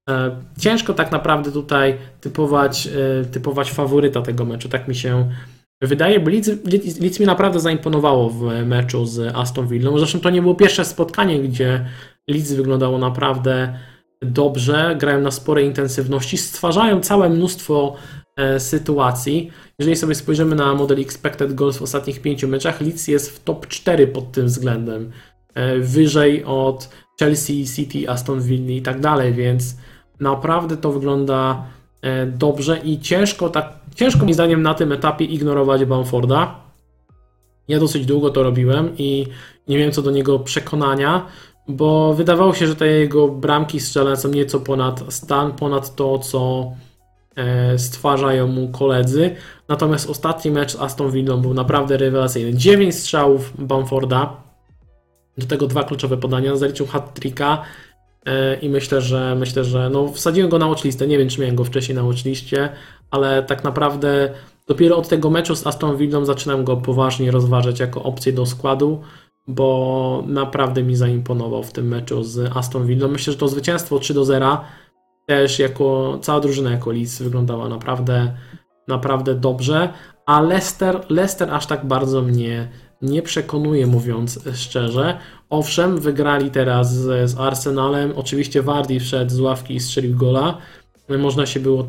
Ciężko tak naprawdę tutaj typować faworyta tego meczu, tak mi się wydaje, bo Leeds mi naprawdę zaimponowało w meczu z Aston Villą. Zresztą to nie było pierwsze spotkanie, gdzie Leeds wyglądało naprawdę dobrze, grają na sporej intensywności, stwarzają całe mnóstwo sytuacji. Jeżeli sobie spojrzymy na model expected goals w ostatnich 5 meczach, Leeds jest w top 4 pod tym względem. Wyżej od Chelsea, City, Aston Villa i tak dalej, więc naprawdę to wygląda dobrze i ciężko moim zdaniem na tym etapie ignorować Bamforda. Ja dosyć długo to robiłem i nie miałem co do niego przekonania, bo wydawało się, że te jego bramki strzelane są nieco ponad stan, ponad to, co stwarzają mu koledzy. Natomiast ostatni mecz z Aston Villą był naprawdę rewelacyjny. 9 strzałów Bamforda, do tego 2 kluczowe podania, zaliczył hat-tricka i myślę, że no, wsadziłem go na watchlistę. Nie wiem, czy miałem go wcześniej na watchliście, ale tak naprawdę dopiero od tego meczu z Aston Villą zaczynam go poważnie rozważać jako opcję do składu, bo naprawdę mi zaimponował w tym meczu z Aston Villą. Myślę, że to zwycięstwo 3-0 też cała drużyna jako Leeds wyglądała naprawdę dobrze, a Leicester aż tak bardzo mnie nie przekonuje, mówiąc szczerze. Owszem, wygrali teraz z Arsenalem, oczywiście Vardy wszedł z ławki i strzelił gola, można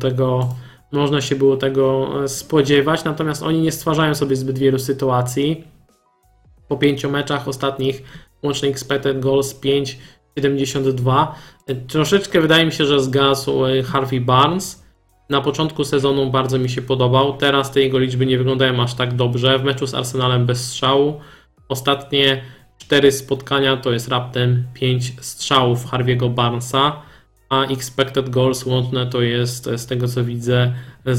się było tego spodziewać, natomiast oni nie stwarzają sobie zbyt wielu sytuacji. Po 5 meczach ostatnich łączny expected goals 5,72. Troszeczkę wydaje mi się, że zgasł Harvey Barnes. Na początku sezonu bardzo mi się podobał. Teraz te jego liczby nie wyglądają aż tak dobrze. W meczu z Arsenalem bez strzału. Ostatnie 4 spotkania to jest raptem 5 strzałów Harvey'ego Barnesa, a expected goals łączne to jest, z tego co widzę,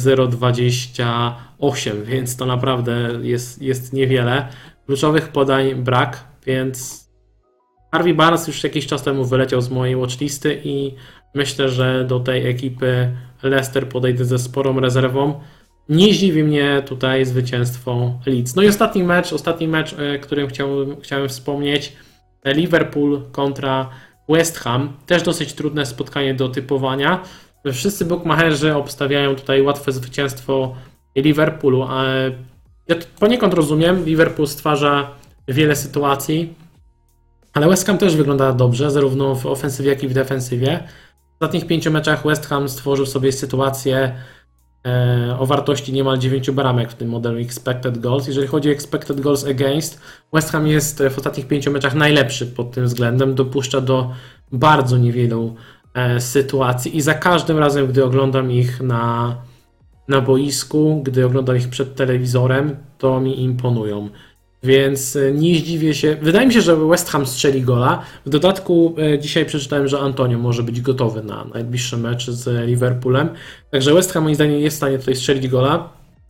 0,28, więc to naprawdę jest niewiele. Kluczowych podań brak, więc Harvey Barnes już jakiś czas temu wyleciał z mojej watchlisty i myślę, że do tej ekipy Leicester podejdę ze sporą rezerwą. Nie zdziwi mnie tutaj zwycięstwo Leeds. No i ostatni mecz, którym chciałem wspomnieć, Liverpool kontra West Ham. Też dosyć trudne spotkanie do typowania. Wszyscy bookmacherzy obstawiają tutaj łatwe zwycięstwo Liverpoolu. Ja poniekąd rozumiem, Liverpool stwarza wiele sytuacji, ale West Ham też wygląda dobrze, zarówno w ofensywie, jak i w defensywie. W ostatnich 5 meczach West Ham stworzył sobie sytuację o wartości niemal 9 bramek w tym modelu expected goals. Jeżeli chodzi o expected goals against, West Ham jest w ostatnich 5 meczach najlepszy pod tym względem, dopuszcza do bardzo niewielu sytuacji i za każdym razem, gdy oglądam ich na boisku, gdy oglądam ich przed telewizorem, to mi imponują. Więc nie zdziwię się. Wydaje mi się, że West Ham strzeli gola. W dodatku dzisiaj przeczytałem, że Antonio może być gotowy na najbliższy mecz z Liverpoolem. Także West Ham moim zdaniem jest w stanie tutaj strzelić gola.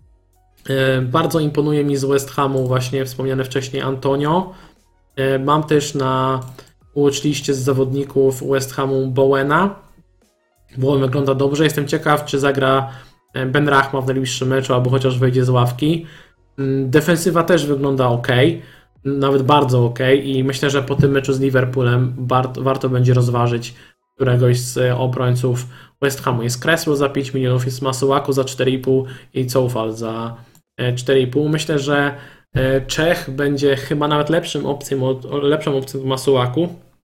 Bardzo imponuje mi z West Hamu właśnie wspomniane wcześniej Antonio. Mam też na watchliście z zawodników West Hamu Bowena. Bowen wygląda dobrze. Jestem ciekaw, czy zagra Ben Rachma w najbliższym meczu, albo chociaż wejdzie z ławki. Defensywa też wygląda ok, nawet bardzo ok i myślę, że po tym meczu z Liverpoolem warto będzie rozważyć któregoś z obrońców West Hamu. Jest Cresswell za 5 milionów, jest Masuaku za 4,5 i Coufal za 4,5. Myślę, że Czech będzie chyba nawet lepszą opcją od Masuaku,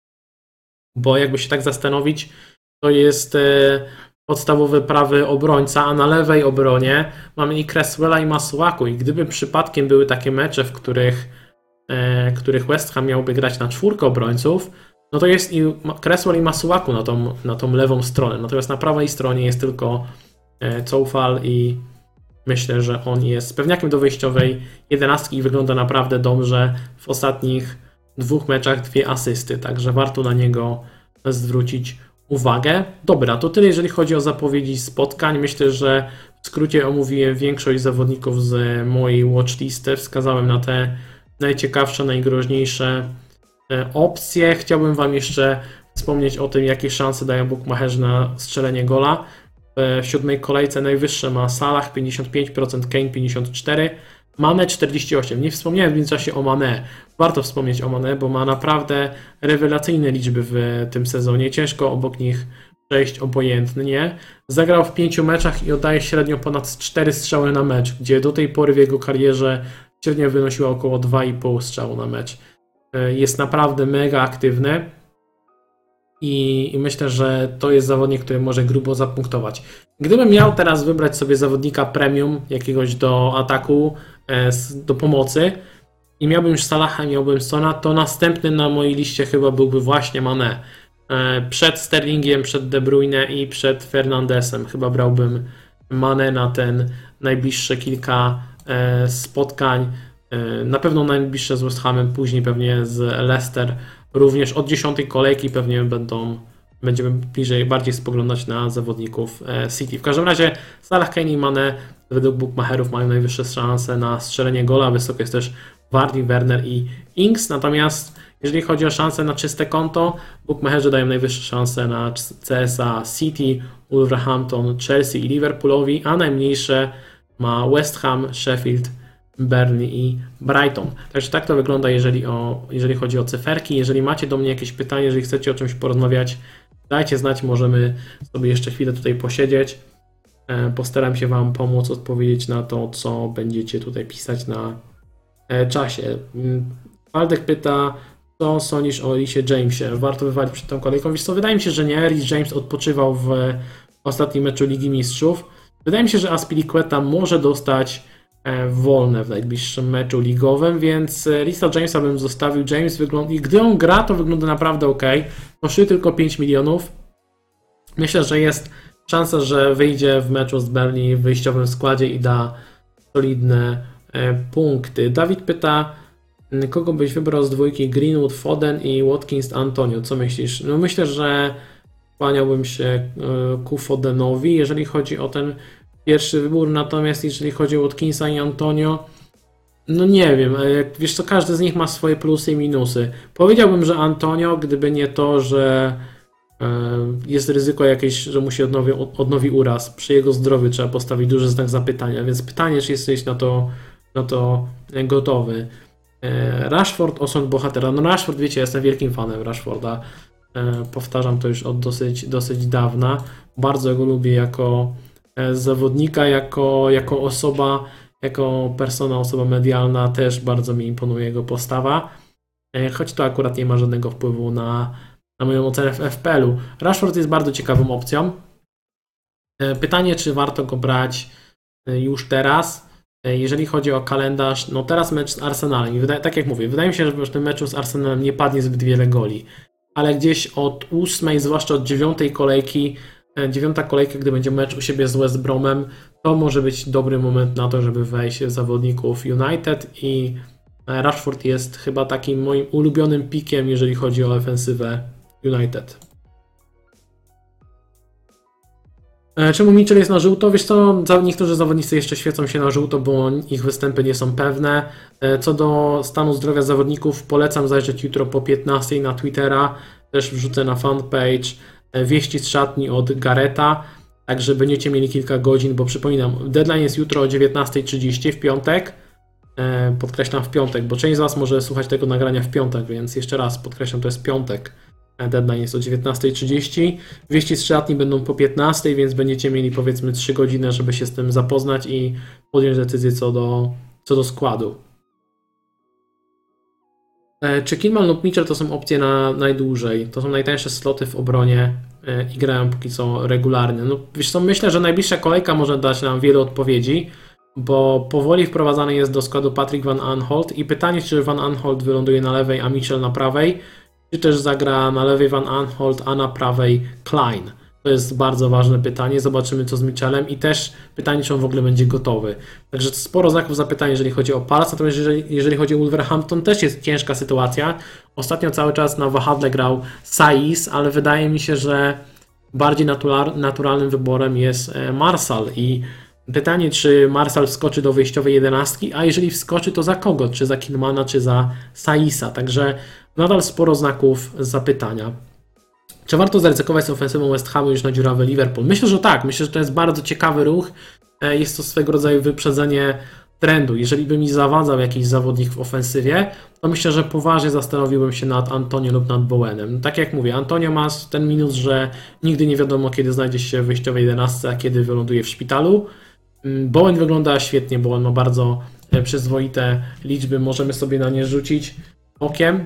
bo jakby się tak zastanowić, to jest podstawowy prawy obrońca, a na lewej obronie mamy i Cresswella i Masuaku i gdyby przypadkiem były takie mecze, w których West Ham miałby grać na 4 obrońców, no to jest i Cresswell i Masuaku na tą lewą stronę, natomiast na prawej stronie jest tylko Coufal i myślę, że on jest pewniakiem do wyjściowej 11 i wygląda naprawdę dobrze. W ostatnich 2 meczach 2 asysty, także warto na niego zwrócić uwagę. Dobra, to tyle jeżeli chodzi o zapowiedzi spotkań. Myślę, że w skrócie omówiłem większość zawodników z mojej watchlisty. Wskazałem na te najciekawsze, najgroźniejsze opcje. Chciałbym Wam jeszcze wspomnieć o tym, jakie szanse dają bookmacherzy na strzelenie gola. W 7. kolejce najwyższe ma Salah 55%, Kane 54%, Mane 48%. Nie wspomniałem w międzyczasie o Mane. Warto wspomnieć o Mane, bo ma naprawdę rewelacyjne liczby w tym sezonie. Ciężko obok nich przejść obojętnie. Zagrał w 5 meczach i oddaje średnio ponad 4 strzały na mecz, gdzie do tej pory w jego karierze średnio wynosiła około 2,5 strzału na mecz. Jest naprawdę mega aktywny i myślę, że to jest zawodnik, który może grubo zapunktować. Gdybym miał teraz wybrać sobie zawodnika premium, jakiegoś do ataku, do pomocy i miałbym już Salaha, miałbym Sona, to następny na mojej liście chyba byłby właśnie Mané. Przed Sterlingiem, przed De Bruyne i przed Fernandesem. Chyba brałbym Mané na ten najbliższe kilka spotkań. Na pewno najbliższe z West Hamem, później pewnie z Leicester. Również od 10. kolejki pewnie będziemy bardziej spoglądać na zawodników City. W każdym razie Salah, Kane i Mané według bookmacherów mają najwyższe szanse na strzelenie gola. Wysoko jest też Vardy, Werner i Ings. Natomiast jeżeli chodzi o szanse na czyste konto, bookmacherzy dają najwyższe szanse na CSA City, Wolverhampton, Chelsea i Liverpoolowi, a najmniejsze ma West Ham, Sheffield, Burnley i Brighton. Także tak to wygląda, jeżeli chodzi o cyferki. Jeżeli macie do mnie jakieś pytanie, jeżeli chcecie o czymś porozmawiać, dajcie znać, możemy sobie jeszcze chwilę tutaj posiedzieć. Postaram się Wam pomóc odpowiedzieć na to, co będziecie tutaj pisać na czasie. Waldek pyta, co sądzisz o Reesie Jamesie? Warto wywalić przed tą kolejką? Wiesz co, wydaje mi się, że nie. Reece James odpoczywał w ostatnim meczu Ligi Mistrzów. Wydaje mi się, że Azpilicueta może dostać wolne w najbliższym meczu ligowym, więc Reese'a Jamesa bym zostawił. James wygląda, i gdy on gra, to wygląda naprawdę ok. Kosztuje tylko 5 milionów. Myślę, że jest szansa, że wyjdzie w meczu z Burnley w wyjściowym składzie i da solidne punkty. Dawid pyta, kogo byś wybrał z dwójki? Greenwood, Foden i Watkins, Antonio. Co myślisz? No myślę, że kłaniałbym się ku Fodenowi, jeżeli chodzi o ten pierwszy wybór, natomiast jeżeli chodzi o Watkinsa i Antonio, no nie wiem, wiesz co, każdy z nich ma swoje plusy i minusy. Powiedziałbym, że Antonio, gdyby nie to, że jest ryzyko jakieś, że mu się odnowi uraz. Przy jego zdrowiu trzeba postawić duży znak zapytania, więc pytanie, czy jesteś na to gotowy. Rashford, osąd bohatera. No Rashford, wiecie, jestem wielkim fanem Rashforda. Powtarzam to już od dosyć dawna. Bardzo go lubię jako zawodnika, jako osoba, jako persona, osoba medialna. Też bardzo mi imponuje jego postawa. Choć to akurat nie ma żadnego wpływu na moją ocenę w FPL-u. Rashford jest bardzo ciekawą opcją. Pytanie, czy warto go brać już teraz? Jeżeli chodzi o kalendarz, no teraz mecz z Arsenalem. Tak jak mówię, wydaje mi się, że w tym meczu z Arsenalem nie padnie zbyt wiele goli. Ale gdzieś od 8, zwłaszcza od 9 kolejki, 9 kolejka, gdy będzie mecz u siebie z West Bromem, to może być dobry moment na to, żeby wejść w zawodników United i Rashford jest chyba takim moim ulubionym pikiem, jeżeli chodzi o ofensywę United. Czemu Mitchell jest na żółto? Wiesz co, niektórzy zawodnicy jeszcze świecą się na żółto, bo ich występy nie są pewne. Co do stanu zdrowia zawodników, polecam zajrzeć jutro po 15 na Twittera. Też wrzucę na fanpage wieści z szatni od Gareta, tak że będziecie mieli kilka godzin, bo przypominam, deadline jest jutro o 19:30 w piątek. Podkreślam w piątek, bo część z Was może słuchać tego nagrania w piątek, więc jeszcze raz podkreślam, to jest piątek. Deadline jest o 19:30. Wieści z szatni będą po 15:00, więc będziecie mieli powiedzmy 3 godziny, żeby się z tym zapoznać i podjąć decyzję co do składu. Czy Killman lub Mitchell to są opcje na najdłużej? To są najtańsze sloty w obronie i grają póki co regularnie. No wiesz co, myślę, że najbliższa kolejka może dać nam wiele odpowiedzi, bo powoli wprowadzany jest do składu Patrick Van Aanholt i pytanie, czy Van Aanholt wyląduje na lewej, a Mitchell na prawej, czy też zagra na lewej Van Aanholt, a na prawej Klein. To jest bardzo ważne pytanie. Zobaczymy, co z Mitchellem i też pytanie, czy on w ogóle będzie gotowy. Także sporo znaków zapytania, jeżeli chodzi o Palace, natomiast jeżeli chodzi o Wolverhampton, też jest ciężka sytuacja. Ostatnio cały czas na wahadle grał Saiz, ale wydaje mi się, że bardziej naturalnym wyborem jest Martial i pytanie, czy Martial wskoczy do wyjściowej 11, a jeżeli wskoczy, to za kogo? Czy za Killmana, czy za Saisa? Także nadal sporo znaków zapytania. Czy warto zaryzykować z ofensywą West Hamu już na dziurawy Liverpool? Myślę, że tak. Myślę, że to jest bardzo ciekawy ruch. Jest to swego rodzaju wyprzedzenie trendu. Jeżeli by mi zawadzał jakiś zawodnik w ofensywie, to myślę, że poważnie zastanowiłbym się nad Antonio lub nad Bowenem. Tak jak mówię, Antonio ma ten minus, że nigdy nie wiadomo, kiedy znajdzie się w wyjściowej 11, a kiedy wyląduje w szpitalu. Bowen wygląda świetnie, Bowen ma bardzo przyzwoite liczby, możemy sobie na nie rzucić okiem.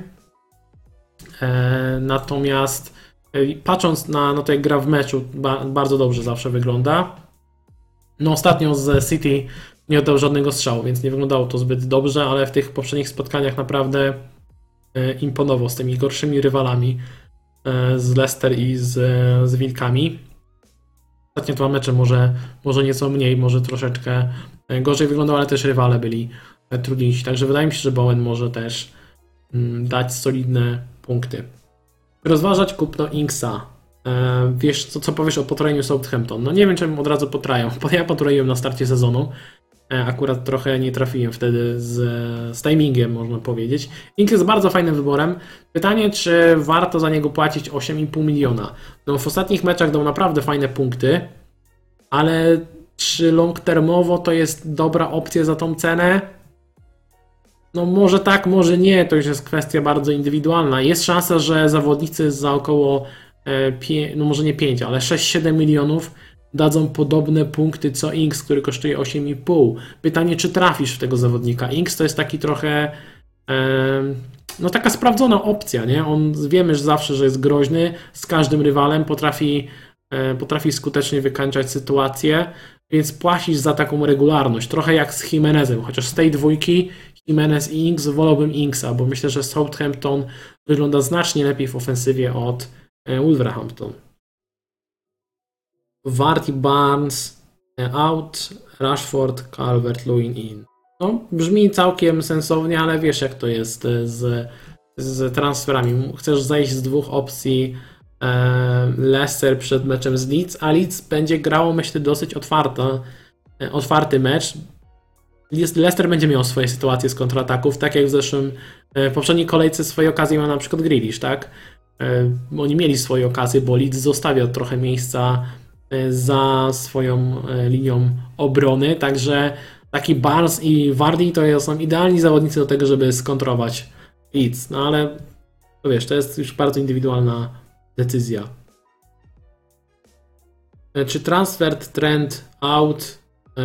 Natomiast patrząc na to, jak gra w meczu, bardzo dobrze zawsze wygląda. No ostatnio z City nie oddał żadnego strzału, więc nie wyglądało to zbyt dobrze, ale w tych poprzednich spotkaniach naprawdę imponował z tymi gorszymi rywalami, z Leicester i z Wilkami. Ostatnie dwa mecze może nieco mniej, może troszeczkę gorzej wyglądał, ale też rywale byli trudniejsi. Także wydaje mi się, że Bowen może też dać solidne punkty. Rozważać kupno Inksa. Wiesz, co powiesz o potrojeniu Southampton? No nie wiem, czemu od razu potrają. Ja potroiłem na starcie sezonu. Akurat trochę nie trafiłem wtedy z timingiem, można powiedzieć. Inks jest bardzo fajnym wyborem. Pytanie, czy warto za niego płacić 8,5 miliona? No w ostatnich meczach dał naprawdę fajne punkty, ale czy long termowo to jest dobra opcja za tą cenę? No może tak, może nie, to już jest kwestia bardzo indywidualna. Jest szansa, że zawodnicy za około, no może nie 5, ale 6-7 milionów dadzą podobne punkty co Inks, który kosztuje 8,5. Pytanie, czy trafisz w tego zawodnika. Inks to jest taki trochę, no taka sprawdzona opcja, nie? Wiemy że zawsze, że jest groźny, z każdym rywalem potrafi skutecznie wykańczać sytuację, więc płacisz za taką regularność. Trochę jak z Jimenezem, chociaż z tej dwójki Jimenez i Inks wolałbym Inksa, bo myślę, że Southampton wygląda znacznie lepiej w ofensywie od Wolverhampton. Vardy, Barnes out, Rashford, Calvert-Lewin in. No, brzmi całkiem sensownie, ale wiesz jak to jest z transferami. Chcesz zejść z dwóch opcji Leicester przed meczem z Leeds, a Leeds będzie grało, myślę, dosyć otwarty mecz. Leicester będzie miał swoje sytuacje z kontrataków, tak jak w poprzedniej kolejce swoje okazje ma na przykład Grealish, tak? Oni mieli swoje okazje, bo Leeds zostawia trochę miejsca za swoją linią obrony, także taki Barnes i Vardy to są idealni zawodnicy do tego, żeby skontrować Leeds, no ale to wiesz, to jest już bardzo indywidualna decyzja. Czy transfer Trent out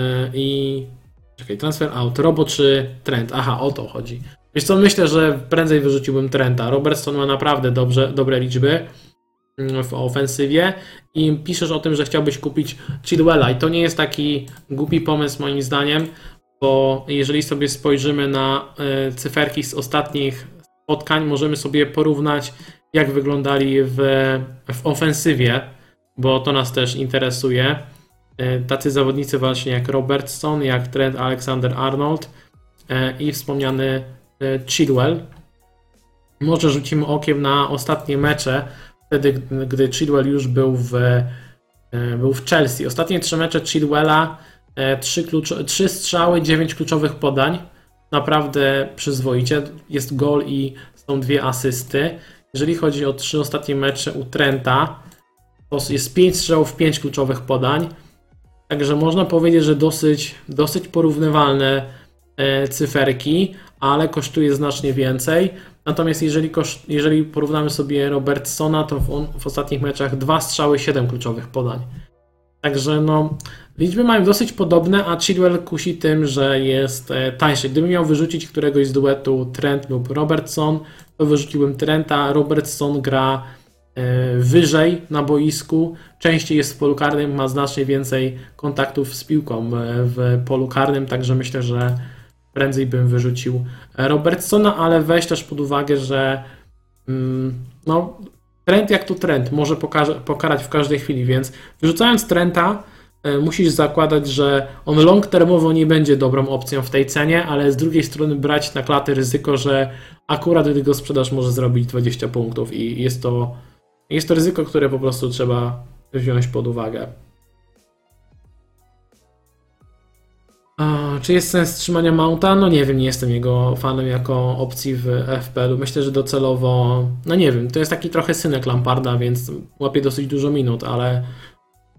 transfer out, Robo czy Trent? Aha, o to chodzi. Wiesz co, myślę, że prędzej wyrzuciłbym Trenta. Robertson ma naprawdę dobre liczby w ofensywie i piszesz o tym, że chciałbyś kupić Chilwella i to nie jest taki głupi pomysł moim zdaniem, bo jeżeli sobie spojrzymy na cyferki z ostatnich spotkań, możemy sobie porównać, jak wyglądali w ofensywie, bo to nas też interesuje. Tacy zawodnicy właśnie jak Robertson, jak Trent Alexander-Arnold i wspomniany Chilwell. Może rzucimy okiem na ostatnie mecze, wtedy gdy Chilwell już był w Chelsea. Ostatnie 3 mecze Chilwella, 3 strzały, 9 kluczowych podań. Naprawdę przyzwoicie. Jest gol i są 2 asysty. Jeżeli chodzi o 3 ostatnie mecze u Trenta, to jest 5 strzałów, 5 kluczowych podań. Także można powiedzieć, że dosyć porównywalne cyferki, ale kosztuje znacznie więcej. Natomiast jeżeli porównamy sobie Robertsona, to w ostatnich meczach 2 strzały, 7 kluczowych podań. Także no, liczby mają dosyć podobne, a Chilwell kusi tym, że jest tańszy. Gdybym miał wyrzucić któregoś z duetu Trent lub Robertson, to wyrzuciłbym Trenta. Robertson gra wyżej na boisku, częściej jest w polu karnym, ma znacznie więcej kontaktów z piłką w polu karnym, także myślę, że prędzej bym wyrzucił Robertsona, ale weź też pod uwagę, że no, Trent jak to Trent może pokarać w każdej chwili, więc wyrzucając Trenta musisz zakładać, że on long termowo nie będzie dobrą opcją w tej cenie, ale z drugiej strony brać na klatę ryzyko, że akurat gdy go sprzedasz może zrobić 20 punktów i jest to ryzyko, które po prostu trzeba wziąć pod uwagę. Czy jest sens trzymania Mounta? No nie wiem, nie jestem jego fanem jako opcji w FPL-u. Myślę, że docelowo, no nie wiem, to jest taki trochę synek Lamparda, więc łapie dosyć dużo minut, ale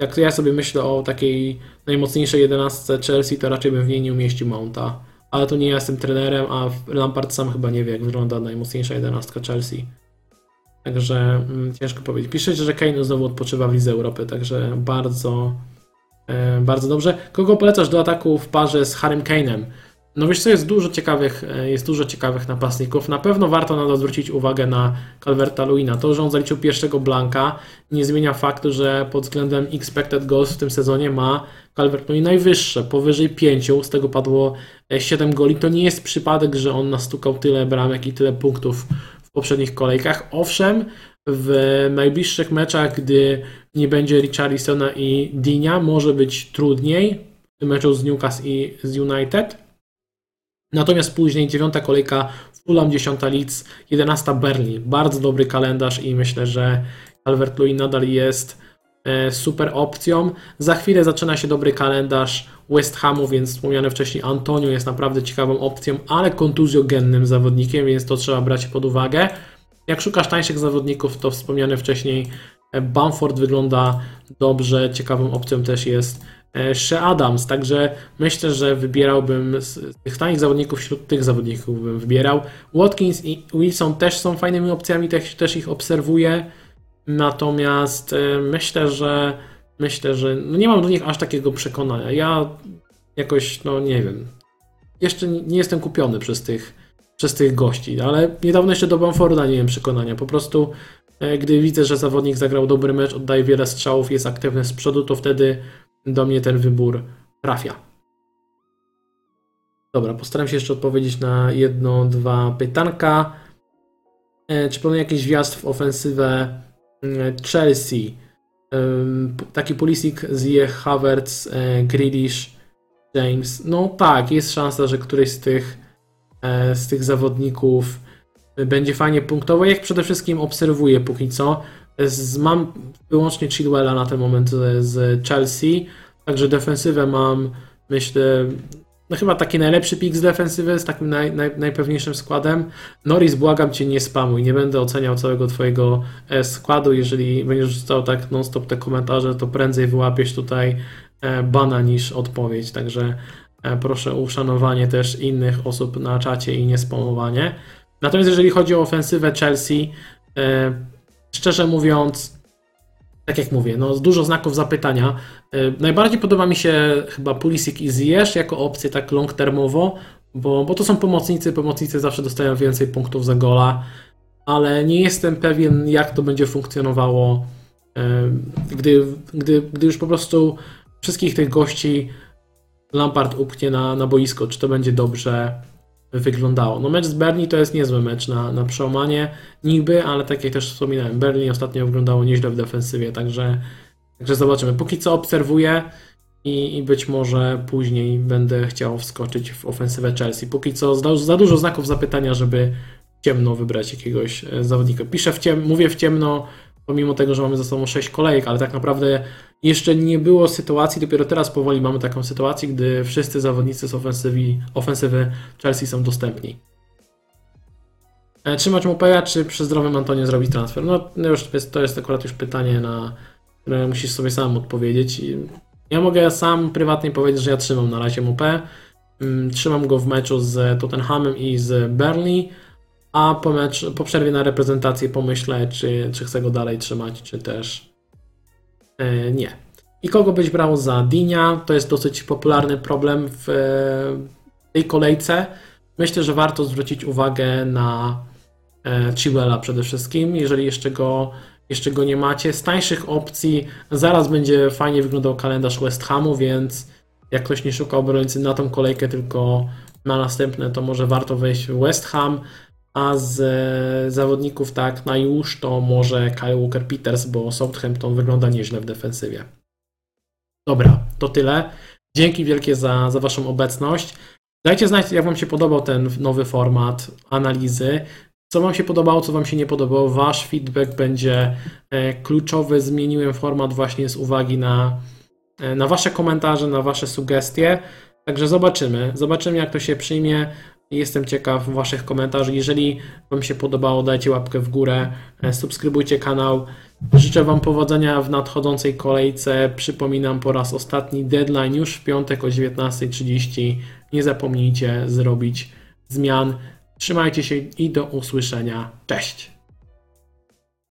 jak ja sobie myślę o takiej najmocniejszej 11 Chelsea, to raczej bym w niej nie umieścił Mounta. Ale to nie ja jestem trenerem, a Lampard sam chyba nie wie, jak wygląda najmocniejsza 11 Chelsea. Także ciężko powiedzieć. Piszecie, że Kane znowu odpoczywa w Lidze Europy, także bardzo dobrze. Kogo polecasz do ataku w parze z Harrym Kane'em? No wiesz co, jest dużo ciekawych napastników. Na pewno warto nadal zwrócić uwagę na Calverta-Lewina. To, że on zaliczył pierwszego blanka, nie zmienia faktu, że pod względem expected goals w tym sezonie ma Calvert-Lewin najwyższe, powyżej 5, z tego padło 7 goli. To nie jest przypadek, że on nastukał tyle bramek i tyle punktów w poprzednich kolejkach. Owszem, w najbliższych meczach, gdy nie będzie Richarlisona i Dinia, może być trudniej. W tym meczu z Newcastle i z United. Natomiast później 9 kolejka Fulham, 10 Leeds, 11 Burnley. Bardzo dobry kalendarz i myślę, że Calvert-Lewin nadal jest super opcją. Za chwilę zaczyna się dobry kalendarz West Hamu, więc wspomniany wcześniej Antonio jest naprawdę ciekawą opcją, ale kontuzjogennym zawodnikiem, więc to trzeba brać pod uwagę. Jak szukasz tańszych zawodników, to wspomniany wcześniej Bamford wygląda dobrze. Ciekawą opcją też jest Shea Adams, także myślę, że wybierałbym z tych tanich zawodników, wśród tych zawodników bym wybierał. Watkins i Wilson też są fajnymi opcjami, też ich obserwuję, natomiast myślę, że no nie mam do nich aż takiego przekonania. Ja jakoś, no nie wiem, jeszcze nie jestem kupiony przez tych gości, ale niedawno jeszcze do Bamforda nie miałem przekonania. Po prostu gdy widzę, że zawodnik zagrał dobry mecz, oddaje wiele strzałów, jest aktywny z przodu, to wtedy do mnie ten wybór trafia. Dobra, postaram się jeszcze odpowiedzieć na jedno, dwa pytanka. Czy planuje jakiś wjazd w ofensywę Chelsea? Taki Pulisic, Ziyech, Havertz, Grealish, James. No tak, jest szansa, że któryś z tych zawodników będzie fajnie punktował. Ja ich przede wszystkim obserwuję póki co. Mam wyłącznie Chilwella na ten moment z Chelsea, także defensywę mam, myślę, no chyba taki najlepszy pick z defensywy, z takim najpewniejszym składem. Norris, błagam Cię, nie spamuj, nie będę oceniał całego Twojego składu. Jeżeli będziesz rzucał tak non-stop te komentarze, to prędzej wyłapiesz tutaj bana niż odpowiedź, także proszę o uszanowanie też innych osób na czacie i nie spamowanie. Natomiast jeżeli chodzi o ofensywę Chelsea, szczerze mówiąc, tak jak mówię, no dużo znaków zapytania. Najbardziej podoba mi się chyba Pulisic i Ziyech jako opcje tak long termowo, bo to są pomocnicy zawsze dostają więcej punktów za gola, ale nie jestem pewien, jak to będzie funkcjonowało, gdy już po prostu wszystkich tych gości Lampard upchnie na boisko, czy to będzie dobrze wyglądało. No mecz z Burnley to jest niezły mecz na przełamanie niby, ale tak jak też wspominałem, Burnley ostatnio wyglądało nieźle w defensywie, także zobaczymy. Póki co obserwuję i być może później będę chciał wskoczyć w ofensywę Chelsea. Póki co za dużo znaków zapytania, żeby ciemno wybrać jakiegoś zawodnika. Mówię w ciemno, pomimo tego, że mamy za sobą 6 kolejek, ale tak naprawdę jeszcze nie było sytuacji, dopiero teraz powoli mamy taką sytuację, gdy wszyscy zawodnicy z ofensywy Chelsea są dostępni. Trzymać Mopeja, czy przy zdrowym Antonio zrobić transfer? No już to jest akurat już pytanie, na które musisz sobie sam odpowiedzieć. Ja mogę sam prywatnie powiedzieć, że ja trzymam na razie Mopé. Trzymam go w meczu z Tottenhamem i z Burnley, a po przerwie na reprezentację pomyślę, czy chcę go dalej trzymać, czy też nie. I kogo byś brał za Dinia? To jest dosyć popularny problem w tej kolejce. Myślę, że warto zwrócić uwagę na Chilwella przede wszystkim, jeżeli jeszcze go nie macie. Z tańszych opcji zaraz będzie fajnie wyglądał kalendarz West Hamu, więc jak ktoś nie szuka obrońcy na tą kolejkę, tylko na następne, to może warto wejść w West Ham. A z zawodników tak na już to może Kyle Walker-Peters, bo Southampton wygląda nieźle w defensywie. Dobra, to tyle. Dzięki wielkie za Waszą obecność. Dajcie znać, jak Wam się podobał ten nowy format analizy. Co Wam się podobało, co Wam się nie podobało. Wasz feedback będzie kluczowy. Zmieniłem format właśnie z uwagi na Wasze komentarze, na Wasze sugestie. Także zobaczymy, jak to się przyjmie. Jestem ciekaw Waszych komentarzy. Jeżeli Wam się podobało, dajcie łapkę w górę, subskrybujcie kanał. Życzę Wam powodzenia w nadchodzącej kolejce. Przypominam po raz ostatni, deadline już w piątek o 19:30. Nie zapomnijcie zrobić zmian. Trzymajcie się i do usłyszenia. Cześć!